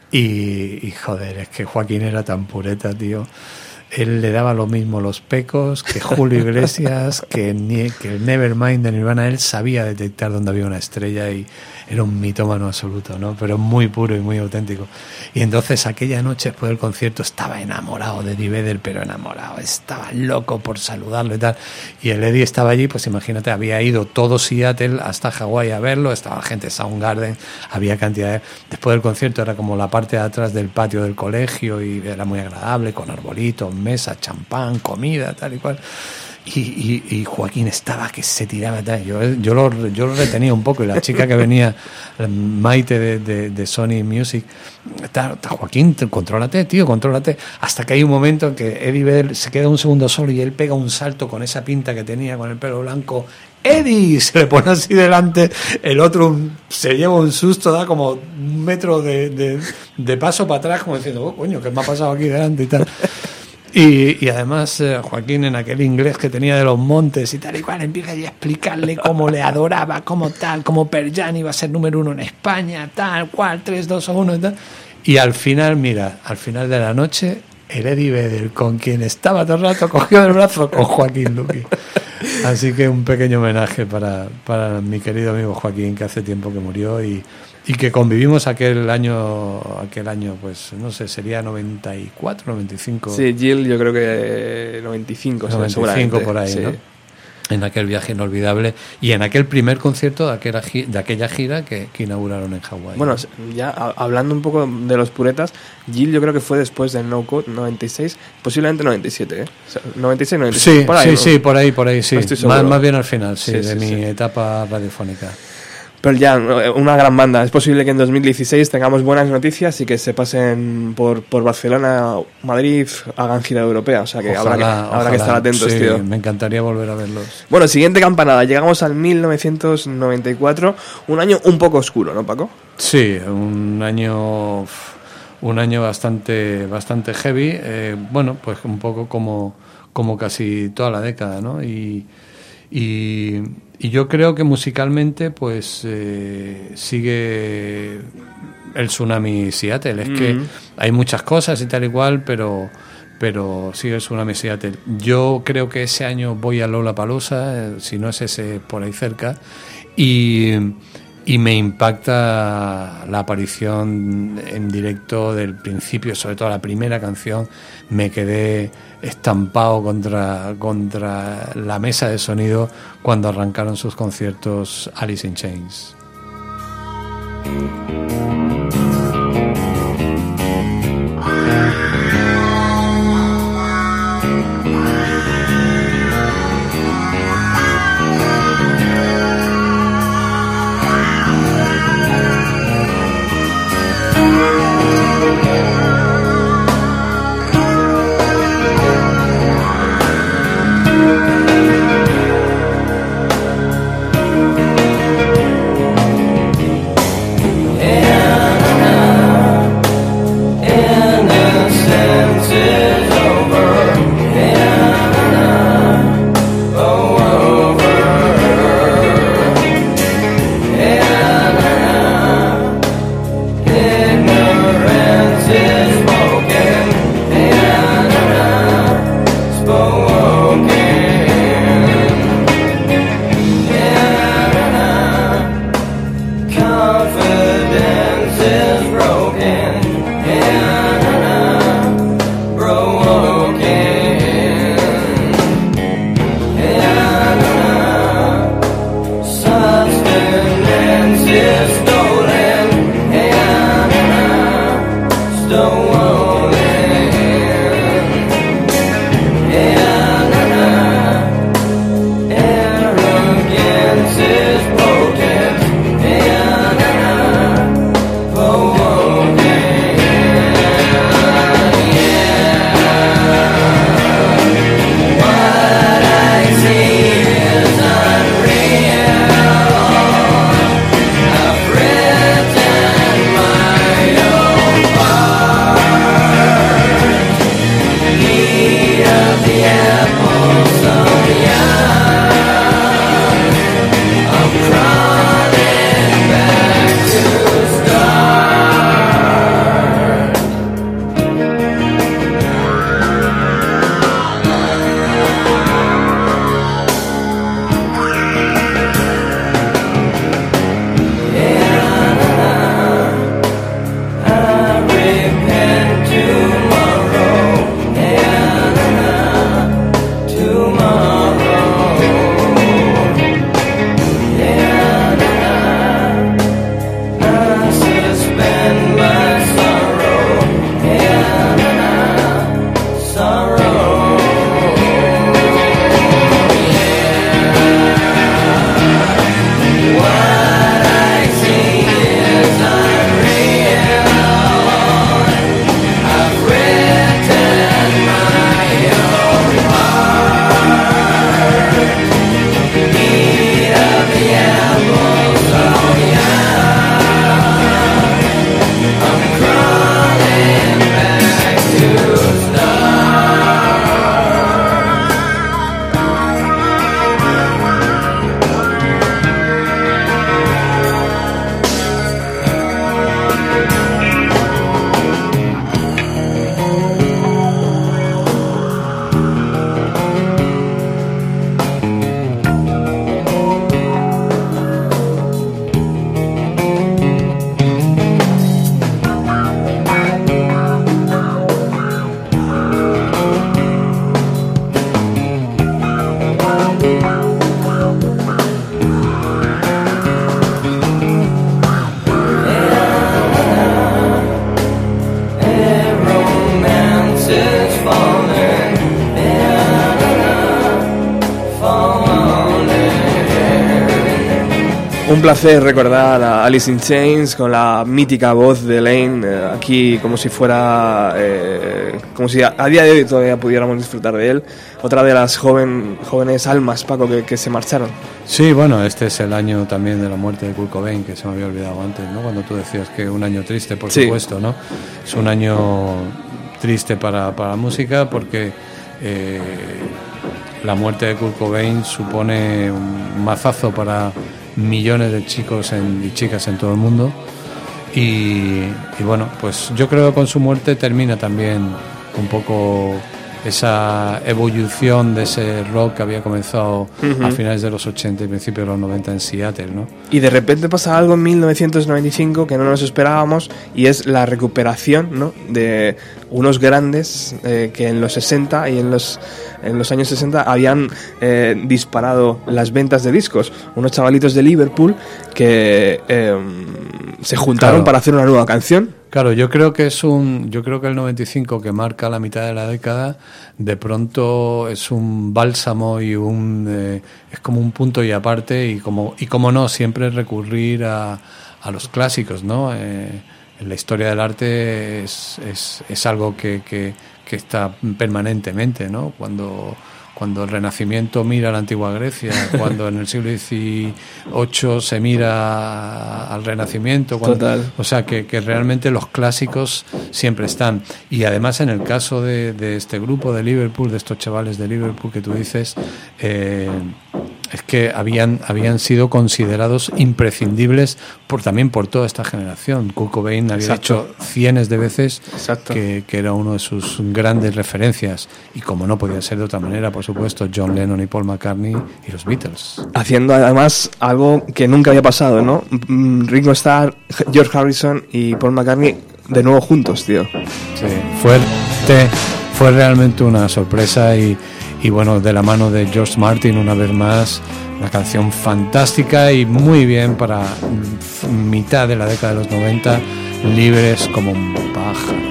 y, y joder, es que Joaquín era tan pureta, tío. Él le daba lo mismo los pecos que Julio Iglesias, que, nie, que el Nevermind de Nirvana. Él sabía detectar dónde había una estrella y era un mitómano absoluto, ¿no? Pero muy puro y muy auténtico. Y entonces aquella noche después del concierto estaba enamorado de Eddie Vedder, pero enamorado, estaba loco por saludarlo y tal. Y el Eddie estaba allí, pues imagínate, había ido todo Seattle hasta Hawái a verlo, estaba gente de Soundgarden, había cantidad de... Después del concierto era como la parte de atrás del patio del colegio y era muy agradable, con arbolitos, mesa, champán, comida, tal y cual. Y, y, y Joaquín estaba que se tiraba tal. Yo, yo, lo, yo lo retenía un poco, y la chica que venía, Maite de, de, de Sony Music, está, está, Joaquín, contrólate, tío, contrólate. Hasta que hay un momento en que Eddie Vedder se queda un segundo solo y él pega un salto con esa pinta que tenía, con el pelo blanco. Eddie se le pone así delante, el otro un, se lleva un susto, da como un metro de, de, de paso para atrás, como diciendo, oh, coño, ¿qué me ha pasado aquí delante y tal? Y, y además eh, Joaquín, en aquel inglés que tenía de los montes y tal y cual, empieza a explicarle cómo le adoraba, cómo tal, cómo Pearl Jam iba a ser número uno en España, tal cual, tres, dos, uno y tal. Y al final, mira, al final de la noche, el Eddie Vedder, con quien estaba todo el rato, cogió del brazo con Joaquín Luqui. Así que un pequeño homenaje para, para mi querido amigo Joaquín, que hace tiempo que murió y, y que convivimos aquel año, aquel año, pues no sé, sería noventa y cuatro, noventa y cinco. Sí, Jill yo creo que noventa y cinco, noventa y cinco por ahí, sí. ¿No? En aquel viaje inolvidable y en aquel primer concierto de aquella, de aquella gira que, que inauguraron en Hawái. Bueno, ya hablando un poco de los puretas, Jill yo creo que fue después del No Code, noventa y seis, posiblemente noventa y siete, ¿eh? O sea, noventa y seis, noventa y siete, sí, por ahí, sí, ¿no? sí, por ahí, por ahí, sí. No más, más bien al final, sí, sí de sí, mi sí. etapa radiofónica. Pero ya, una gran banda. Es posible que en dos mil dieciséis tengamos buenas noticias y que se pasen por, por Barcelona, Madrid, hagan gira europea. O sea que Ojalá, habrá que, ojalá. habrá que estar atentos, sí, tío. Me encantaría volver a verlos. Bueno, siguiente campanada. Llegamos al mil novecientos noventa y cuatro. Un año un poco oscuro, ¿no, Paco? Sí, un año... Un año bastante, bastante heavy. Eh, bueno, pues un poco como, como casi toda la década, ¿no? Y... y Y yo creo que musicalmente pues eh, sigue el tsunami Seattle. Es mm. que hay muchas cosas y tal y cual, pero, pero sigue el tsunami Seattle. Yo creo que ese año voy a Lollapalooza, eh, si no es ese por ahí cerca. Y, y me impacta la aparición en directo del principio, sobre todo la primera canción. Me quedé estampado contra, contra la mesa de sonido cuando arrancaron sus conciertos Alice in Chains. Un placer recordar a Alice in Chains con la mítica voz de Elaine eh, aquí como si fuera eh, como si a, a día de hoy todavía pudiéramos disfrutar de él. Otra de las joven, jóvenes almas, Paco, que, que se marcharon. Sí, bueno, este es el año también de la muerte de Kurt Cobain, que se me había olvidado antes, ¿no? Cuando tú decías que un año triste, por sí. supuesto, ¿no? Es un año triste para, para la música porque eh, la muerte de Kurt Cobain supone un mazazo para millones de chicos en, y chicas en todo el mundo y, y bueno, pues yo creo que con su muerte termina también un poco esa evolución de ese rock que había comenzado Uh-huh. a finales de los ochenta y principios de los noventa en Seattle, ¿no? Y de repente pasa algo en mil novecientos noventa y cinco que no nos esperábamos, y es la recuperación, ¿no?, de unos grandes eh, que en los sesenta y en los, en los años sesenta habían eh, disparado las ventas de discos. Unos chavalitos de Liverpool que eh, se juntaron Claro. para hacer una nueva canción. Claro, yo creo que es un, yo creo que el noventa y cinco, que marca la mitad de la década, de pronto es un bálsamo y un eh, es como un punto y aparte, y como y como no siempre recurrir a, a los clásicos, ¿no? Eh, en la historia del arte es, es, es algo que, que, que está permanentemente, ¿no? Cuando Cuando el Renacimiento mira a la antigua Grecia, cuando en el siglo dieciocho se mira al Renacimiento, cuando, Total. o sea que, que realmente los clásicos siempre están. Y además en el caso de, de este grupo de Liverpool, de estos chavales de Liverpool que tú dices, eh, es que habían habían sido considerados imprescindibles por también por toda esta generación. Kurt Cobain había Exacto. dicho cientos de veces Exacto. que, que era uno de sus grandes referencias, y como no podía ser de otra manera, por supuesto, John Lennon y Paul McCartney y los Beatles. Haciendo además algo que nunca había pasado, ¿no? Mm, Ringo Starr, George Harrison y Paul McCartney de nuevo juntos, tío. Sí, fue, te- fue realmente una sorpresa, y, y bueno, de la mano de George Martin una vez más, una canción fantástica y muy bien para mm, mitad de la década de los noventa, libres como un pájaro.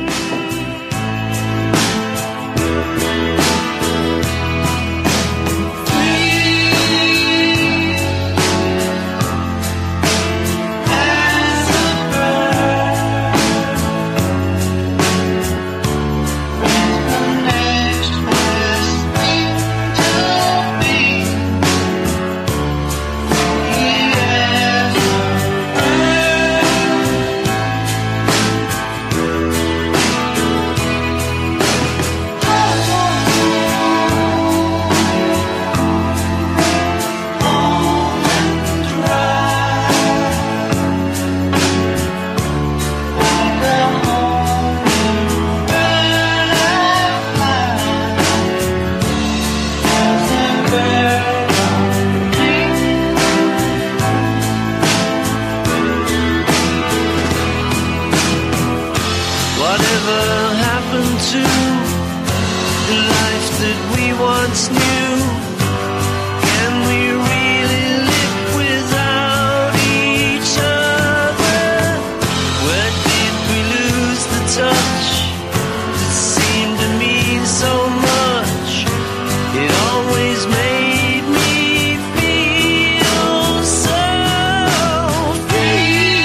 Whatever happened to the life that we once knew? Can we really live without each other? Where did we lose the touch that seemed to mean so much? It always made me feel so free.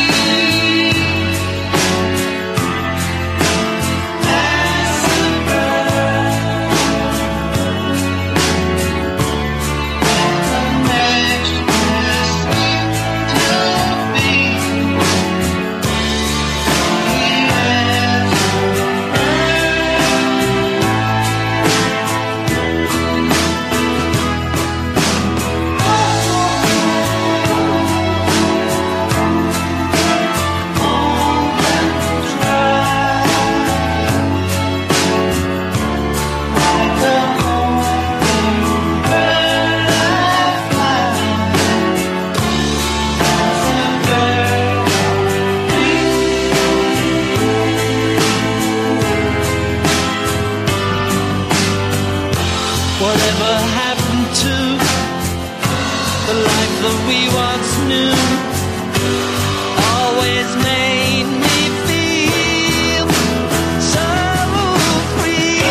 Whatever happened to the life that we once knew? Always made me feel so free.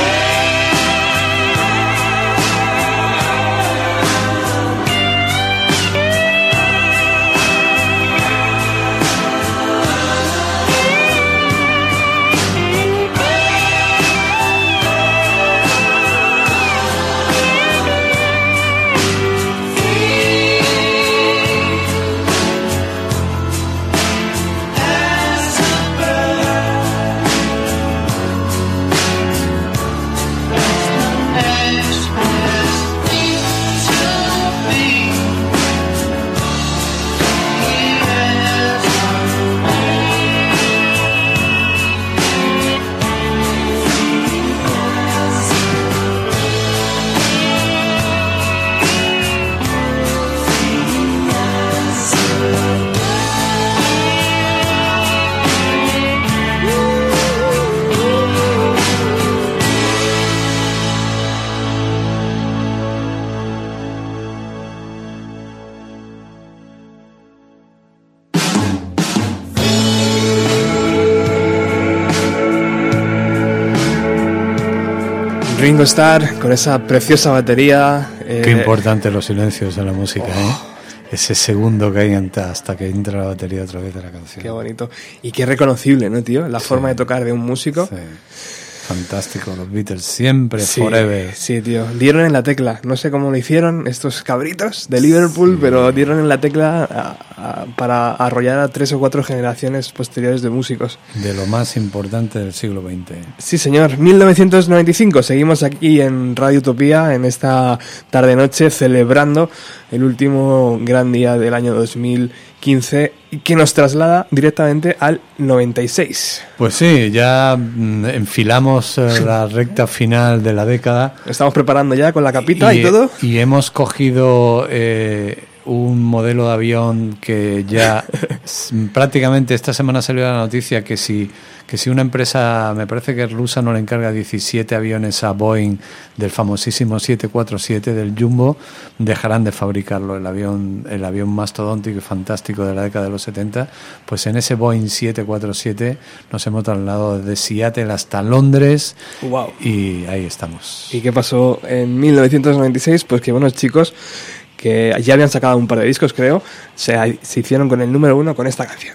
Ringo Starr con esa preciosa batería. Eh, Qué importante los silencios en la música, oh. ¿eh? Ese segundo que hay hasta que entra la batería otra vez de la canción. Qué bonito. Y qué reconocible, ¿no, tío? La sí. forma de tocar de un músico. Sí. Fantástico, los Beatles siempre, sí, forever. Sí, tío, dieron en la tecla. No sé cómo lo hicieron estos cabritos de Liverpool, sí. pero dieron en la tecla a, a, para arrollar a tres o cuatro generaciones posteriores de músicos. De lo más importante del siglo veinte. Sí, señor. mil novecientos noventa y cinco. Seguimos aquí en Radio Utopía en esta tarde-noche celebrando el último gran día del año dos mil quince y que nos traslada directamente al noventa y seis. Pues sí, ya enfilamos la recta final de la década. Estamos preparando ya con la capita y, y todo. Y hemos cogido eh, un modelo de avión que ya prácticamente esta semana salió la noticia que si que si una empresa, me parece que es rusa, no le encarga diecisiete aviones a Boeing del famosísimo siete cuatro siete del Jumbo, dejarán de fabricarlo, el avión el avión mastodóntico y fantástico de la década de los setenta. Pues en ese Boeing siete cuatro siete nos hemos trasladado desde Seattle hasta Londres. Wow. Y ahí estamos. ¿Y qué pasó en mil novecientos noventa y seis? Pues que buenos chicos que ya habían sacado un par de discos, creo, se, se hicieron con el número uno con esta canción.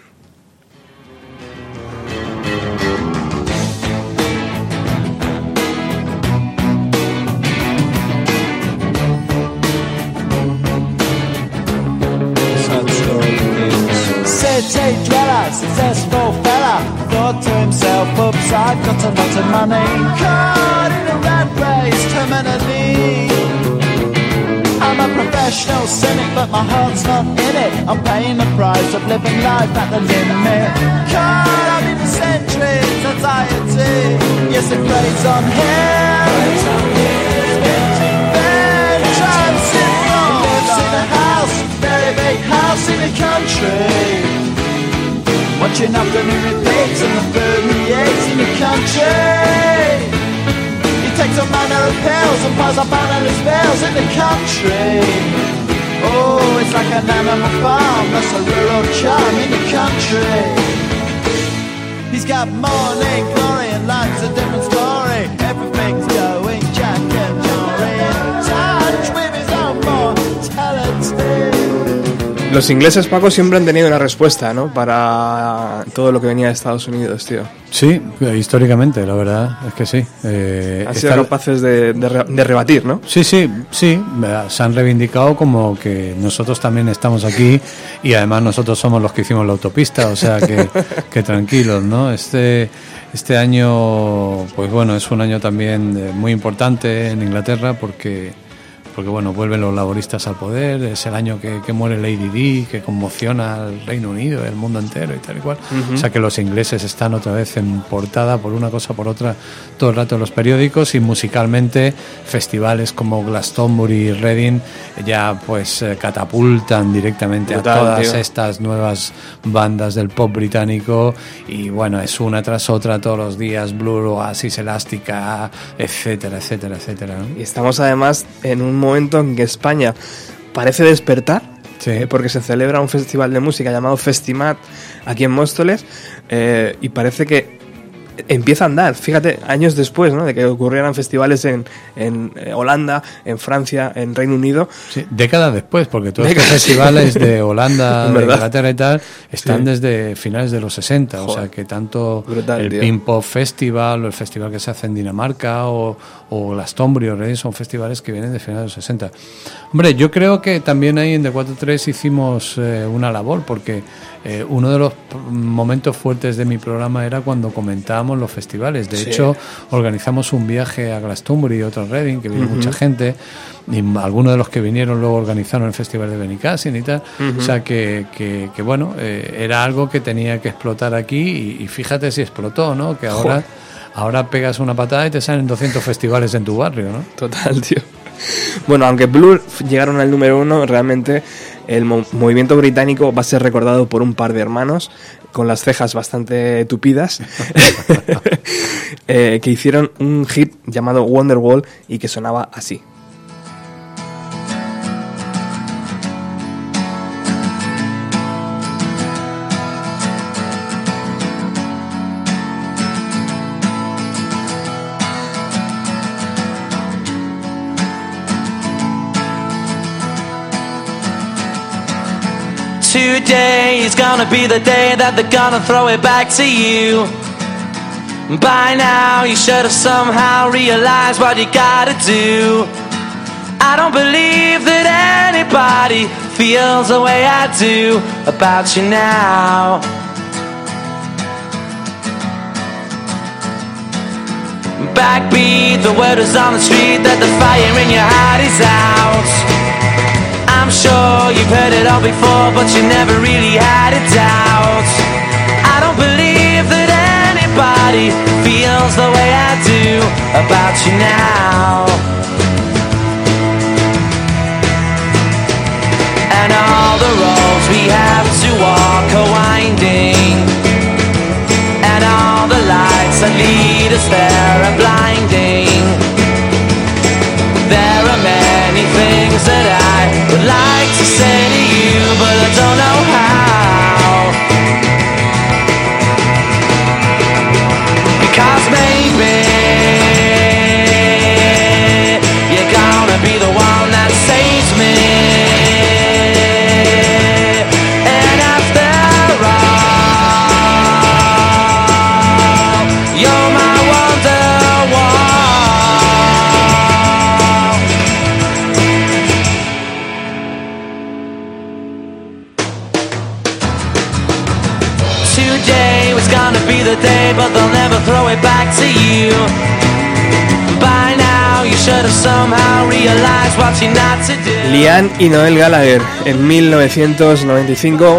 City dweller, successful fella, thought to himself, oops, I've got a lot of money. Caught in a rat race, terminally. I'm a professional cynic, but my heart's not in it. I'm paying the price of living life at the limit. Caught up in centuries, anxiety. Yes, it preys on him. Then transcendent, lives in a house, very big house in the country. Watching afternoon repeats and the food and the eggs in the country. He takes all manner of pills and piles up analyst bills in the country. Oh, it's like an animal farm, that's a rural charm in the country. He's got morning glory and life's a different story. Everything's going Jack and Jory in touch with his own mortality. Los ingleses, Paco, siempre han tenido una respuesta, ¿no? Para todo lo que venía de Estados Unidos, tío. Sí, históricamente, la verdad es que sí. Eh, han sido estar... capaces de, de, de rebatir, ¿no? Sí, sí, sí. Se han reivindicado como que nosotros también estamos aquí y además nosotros somos los que hicimos la autopista, o sea que, que tranquilos, ¿no? Este, este año, pues bueno, es un año también muy importante en Inglaterra porque... porque bueno, vuelven los laboristas al poder, es el año que, que muere Lady Di, que conmociona al Reino Unido, el mundo entero y tal y cual. Uh-huh. O sea que los ingleses están otra vez en portada por una cosa por otra todo el rato en los periódicos y musicalmente festivales como Glastonbury y Reading ya pues eh, catapultan directamente Brutal, a todas tío. estas nuevas bandas del pop británico y bueno, es una tras otra todos los días, Blur, Oasis, Elástica, etcétera, etcétera, etcétera, ¿no? Y estamos además en un momento en que España parece despertar, sí. eh, porque se celebra un festival de música llamado Festimat aquí en Móstoles, eh, y parece que empieza a andar, fíjate, años después, ¿no? De que ocurrieran festivales en, en Holanda, en Francia, en Reino Unido. Sí, décadas después, porque todos estos festivales de Holanda, de Inglaterra y tal, están sí. desde finales de los sesenta, Joder. O sea que tanto Brutal, el Pink Pop Festival o el festival que se hace en Dinamarca o, o Glastonbury o Reading son festivales que vienen de finales de los sesenta. Hombre, yo creo que también ahí en D cuatro tres hicimos eh, una labor, porque Eh, uno de los momentos fuertes de mi programa era cuando comentábamos los festivales. De sí. hecho, organizamos un viaje a Glastonbury y otro a Reading, que vino uh-huh. mucha gente, y algunos de los que vinieron luego organizaron el festival de Benicàssim y tal. Uh-huh. O sea que, que, que bueno, eh, era algo que tenía que explotar aquí y, y fíjate si explotó, ¿no? Que ahora, ahora pegas una patada y te salen doscientos festivales en tu barrio, ¿no? Total, tío. Bueno, aunque Blur llegaron al número uno, realmente el mo- movimiento británico va a ser recordado por un par de hermanos con las cejas bastante tupidas eh, que hicieron un hit llamado Wonderwall y que sonaba así. Today is gonna be the day that they're gonna throw it back to you. By now you should have somehow realized what you gotta do. I don't believe that anybody feels the way I do about you now. Backbeat, the word is on the street that the fire in your heart is out. I'm sure you've heard it all before, but you never really had a doubt. I don't believe that anybody feels the way I do about you now. And all the roads we have to walk are winding, and all the lights that lead us there are blinding. There are many things that I would like to say to you, but I don't know how. Because maybe you're gonna be the one that saves me. And after all, you're my Wonderwall. Today was gonna be the day, but they'll never throw it back to you. By now you should have somehow realized what you're not to do. Liam y Noel Gallagher en mil novecientos noventa y cinco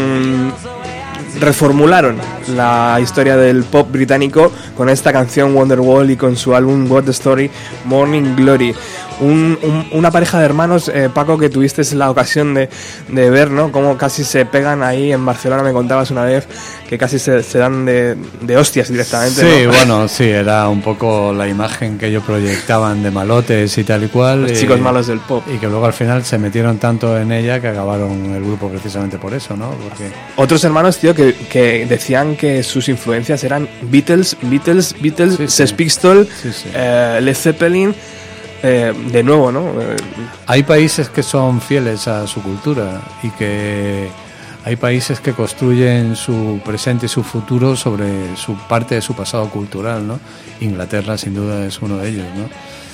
mmm, reformularon la historia del pop británico con esta canción Wonderwall y con su álbum What the Story, Morning Glory. Un, un, una pareja de hermanos, eh, Paco, que tuviste la ocasión de, de ver, ¿no? Cómo casi se pegan ahí en Barcelona, me contabas una vez, que casi se, se dan de, de hostias directamente. Sí, ¿no? bueno, sí, era un poco la imagen que ellos proyectaban de malotes y tal y cual. Los y, chicos malos del pop. Y que luego al final se metieron tanto en ella que acabaron el grupo precisamente por eso, ¿no? Porque otros hermanos, tío, que, que decían que sus influencias eran Beatles, Beatles, Beatles, sí, sí. Sex Pistols, Sí, sí. eh, Led Zeppelin. Eh, de nuevo, ¿no? Eh, Hay países que son fieles a su cultura y que hay países que construyen su presente y su futuro sobre su parte de su pasado cultural, ¿no? Inglaterra sin duda es uno de ellos, ¿no?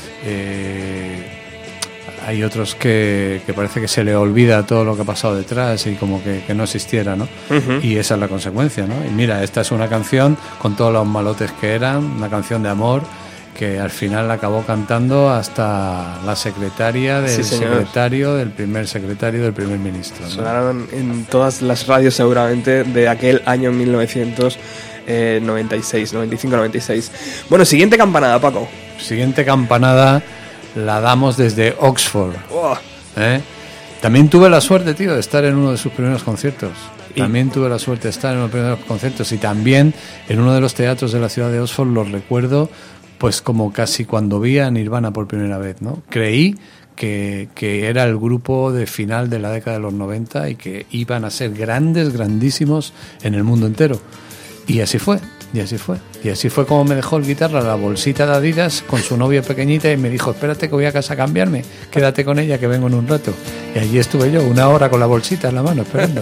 Eh, hay otros que, que parece que se le olvida todo lo que ha pasado detrás y como que, que no existiera, ¿no? Uh-huh. Y esa es la consecuencia, ¿no? Y mira, esta es una canción con todos los malotes que eran, una canción de amor que al final acabó cantando hasta la secretaria del sí, secretario, del primer secretario del primer ministro, ¿no? Sonaron en todas las radios seguramente de aquel año mil novecientos noventa y seis, noventa y cinco noventa y seis. Bueno, siguiente campanada, Paco. Siguiente campanada la damos desde Oxford. Oh. ¿Eh? También tuve la suerte, tío, de estar en uno de sus primeros conciertos. ¿Y? También tuve la suerte de estar en uno de los primeros conciertos y también en uno de los teatros de la ciudad de Oxford. Los recuerdo pues como casi cuando vi a Nirvana por primera vez, ¿no? Creí que, que era el grupo de final de la década de los noventa y que iban a ser grandes, grandísimos en el mundo entero. Y así fue, y así fue. Y así fue como me dejó el guitarra, la bolsita de Adidas con su novia pequeñita y me dijo, espérate que voy a casa a cambiarme, quédate con ella que vengo en un rato. Y allí estuve yo, una hora con la bolsita en la mano esperando.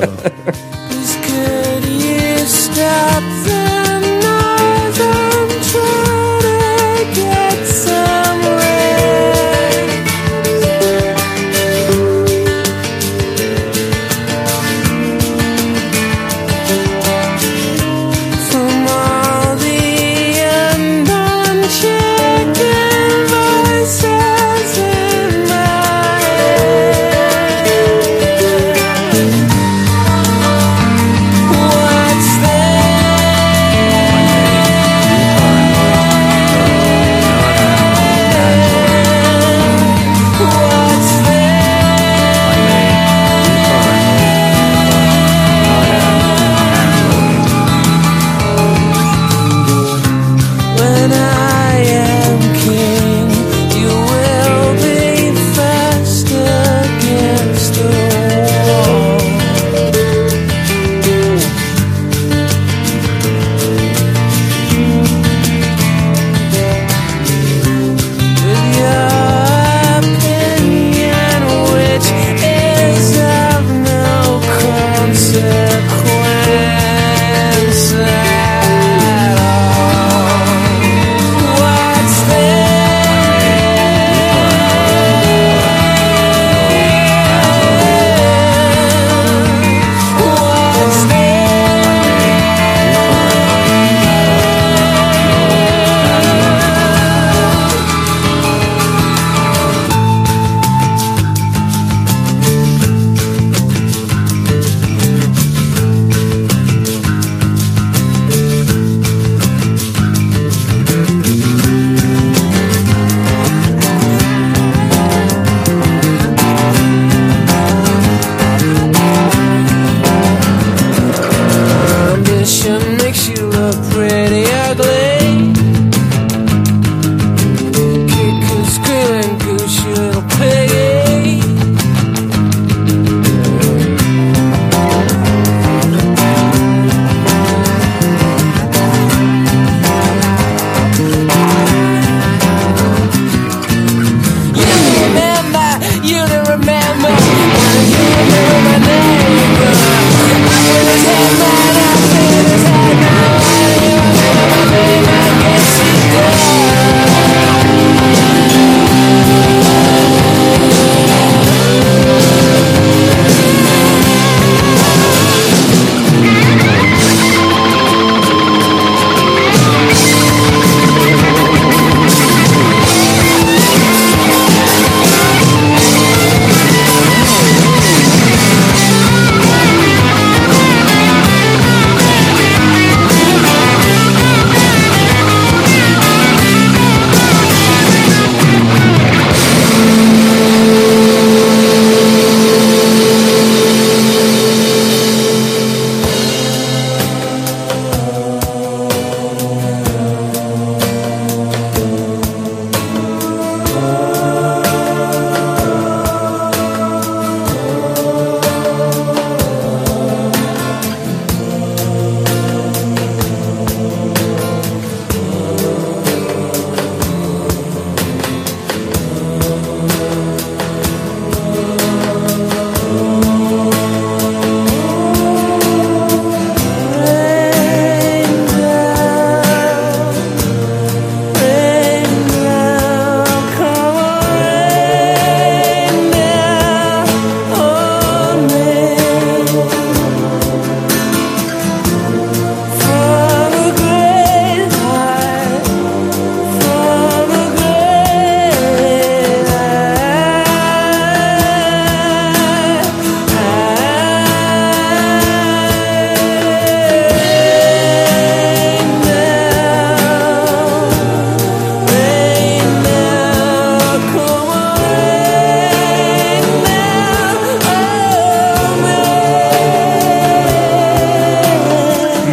What's there?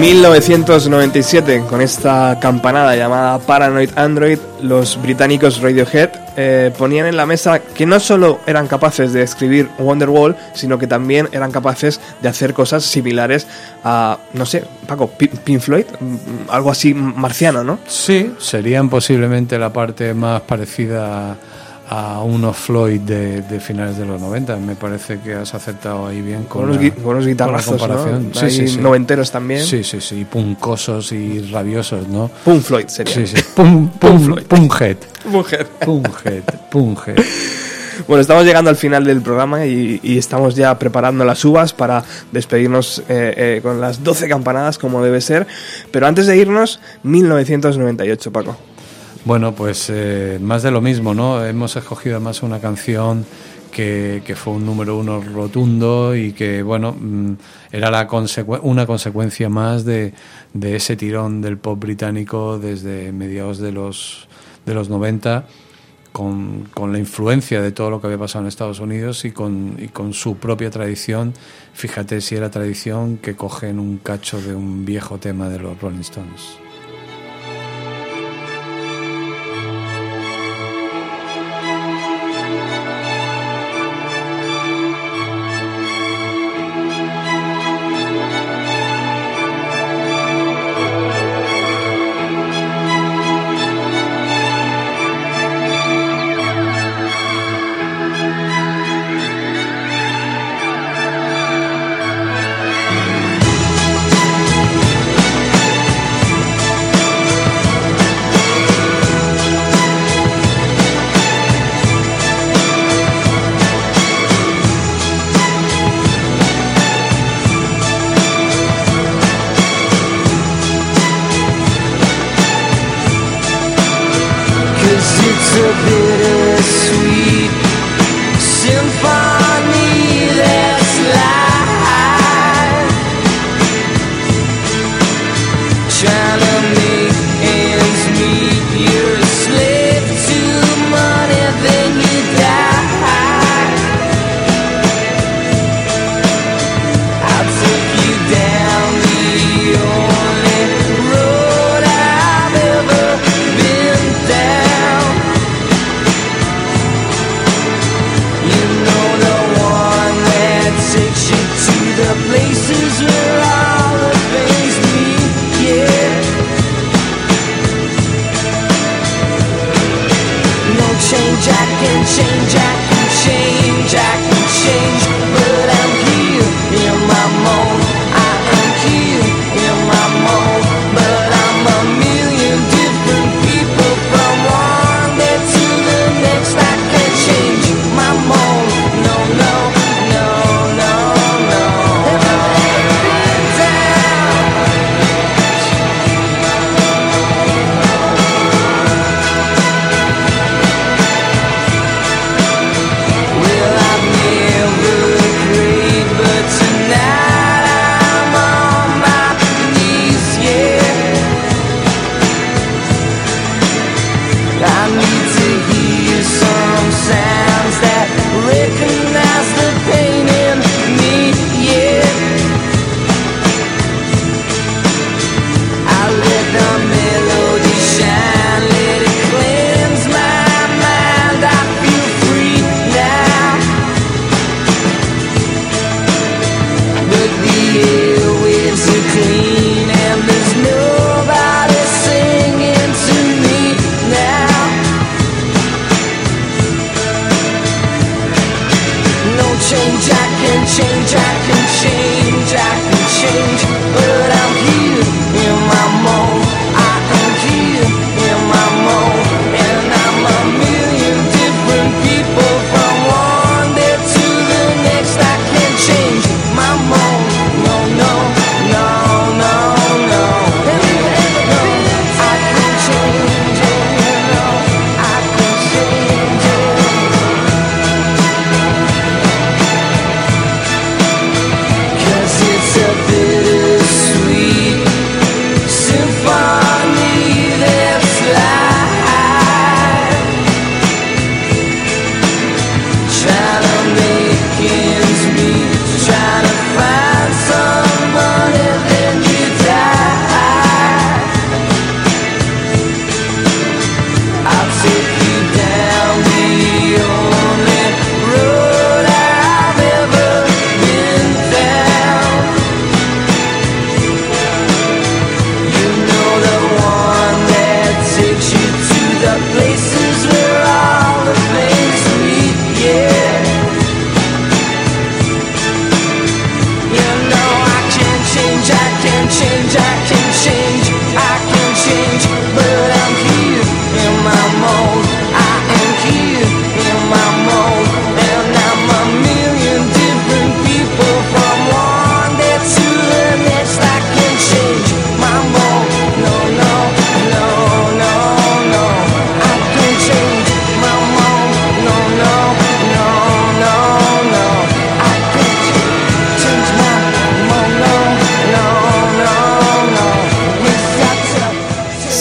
mil novecientos noventa y siete, con esta campanada llamada Paranoid Android, los británicos Radiohead eh, ponían en la mesa que no solo eran capaces de escribir Wonderwall, sino que también eran capaces de hacer cosas similares a, no sé, Paco, Pink Floyd, algo así marciano, ¿no? Sí, serían posiblemente la parte más parecida a a unos Floyd de, de finales de los noventa. Me parece que has acertado ahí bien con, con, la, los, con los guitarrazos, con la comparación. ¿no? Sí, sí, sí. Noventeros también. Sí, sí, sí, puncosos y rabiosos, ¿no? Punk Floyd sería. Sí, sí. Pum, pum, Floyd. Punkhead. Punkhead. Punkhead. Punkhead. Bueno, estamos llegando al final del programa y, y estamos ya preparando las uvas para despedirnos eh, eh, con las doce campanadas como debe ser. Pero antes de irnos, mil novecientos noventa y ocho, Paco. Bueno, pues eh, más de lo mismo, ¿no? Hemos escogido además una canción que, que fue un número uno rotundo y que, bueno, mmm, era la consecu- una consecuencia más de, de ese tirón del pop británico desde mediados de los, de los noventa, con, con la influencia de todo lo que había pasado en Estados Unidos y con, y con su propia tradición. Fíjate si era tradición que cogen un cacho de un viejo tema de los Rolling Stones.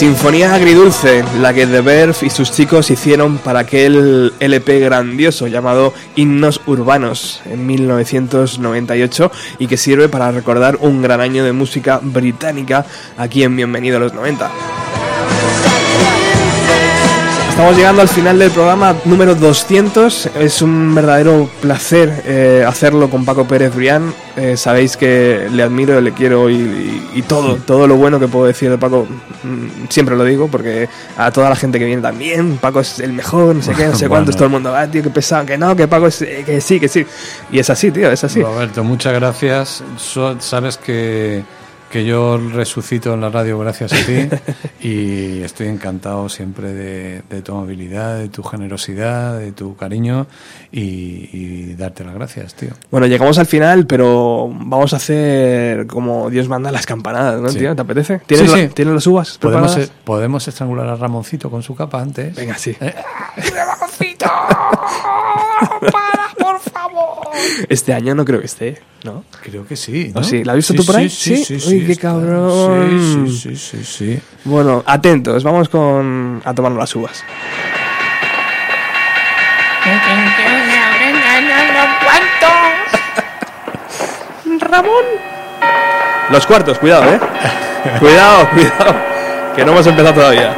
Sinfonía agridulce, la que The Verve y sus chicos hicieron para aquel L P grandioso llamado Himnos Urbanos en mil novecientos noventa y ocho y que sirve para recordar un gran año de música británica aquí en Bienvenido a los noventa. Estamos llegando al final del programa número doscientos. Es un verdadero placer eh, hacerlo con Paco Pérez Brián. Eh, sabéis que le admiro, le quiero y, y, y todo, todo lo bueno que puedo decir de Paco, mmm, siempre lo digo, porque a toda la gente que viene también, Paco es el mejor, no sé qué, no sé cuántos, todo el mundo, ah, tío, que pesado, que no, que Paco es, eh, que sí, que sí. Y es así, tío, es así. Roberto, muchas gracias. So, sabes que... que yo resucito en la radio gracias a ti y estoy encantado siempre de, de tu amabilidad, de tu generosidad, de tu cariño y, y darte las gracias, tío. Bueno, llegamos al final, pero vamos a hacer como Dios manda las campanadas, ¿no, sí. tío? ¿Te apetece? ¿Tienes, sí, la, sí. ¿Tienes las uvas ¿Podemos, preparadas? ¿Podemos estrangular a Ramoncito con su capa antes? Venga, sí. ¿Eh? ¡Ramoncito! ¡Para, por favor! Este año no creo que esté, ¿no? Creo que sí, ¿no? ¿no? Sí. ¿La has visto sí, tú por ahí? Sí, sí, sí. Uy, sí, qué está. cabrón. Sí, sí, sí, sí, sí. Bueno, atentos, vamos con a tomarnos las uvas. Ramón. Los cuartos, cuidado, ¿eh? Cuidado, cuidado. Que no hemos empezado todavía.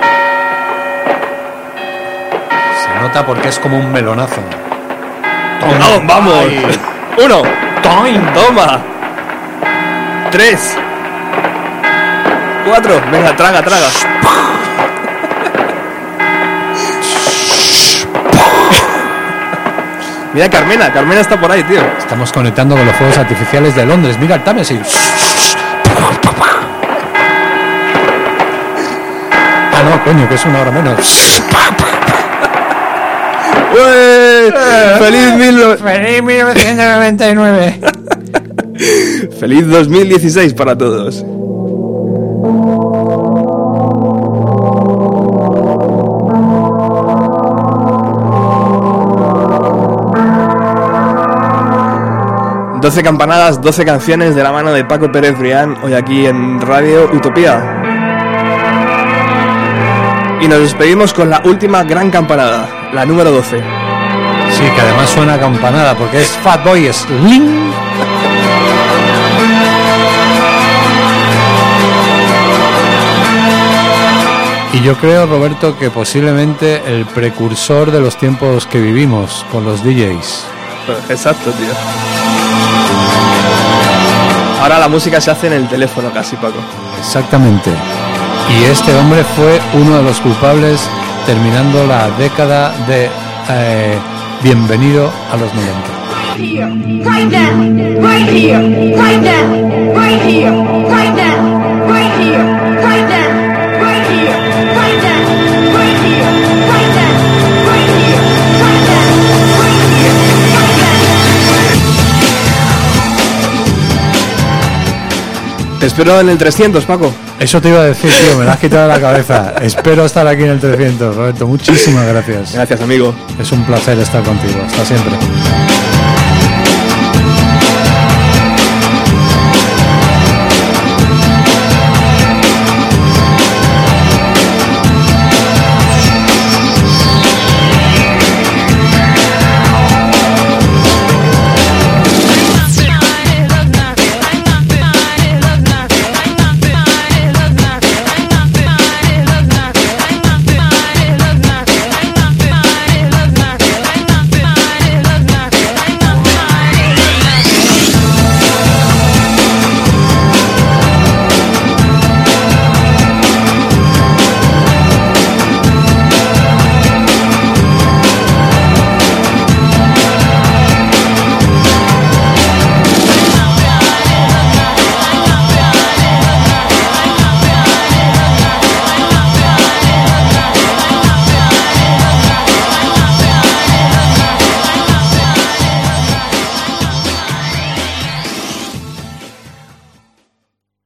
Se nota porque es como un melonazo. ¡No, vamos! Ay. Uno. Toma. Tres. Cuatro. Venga, traga, traga. Mira Carmena, Carmena está por ahí, tío. Estamos conectando con los fuegos artificiales de Londres. Mira el Támesis. Ah, no, coño, que es una hora menos. ¡Ué! ¡Feliz, mil... ¡Feliz mil novecientos noventa y nueve! ¡Feliz dos mil dieciséis para todos! doce campanadas, doce canciones de la mano de Paco Pérez Brián, hoy aquí en Radio Utopía. Y nos despedimos con la última gran campanada, la número doce. Sí, que además suena a campanada porque es Fatboy Slim. Y yo creo, Roberto, que posiblemente el precursor de los tiempos que vivimos con los D Js. Exacto, tío. Ahora la música se hace en el teléfono casi, Paco. Exactamente. Y este hombre fue uno de los culpables terminando la década de eh, Bienvenido a los noventa. Right now, right here, right now, right here, right now, right here, right now, right here, right now, right here, right now, right here, right now, right here, right now. Te espero en el trescientos, Paco. Eso te iba a decir, tío, me lo has quitado de la cabeza. Espero estar aquí en el trescientos, Roberto. Muchísimas gracias. Gracias, amigo. Es un placer estar contigo. Hasta siempre.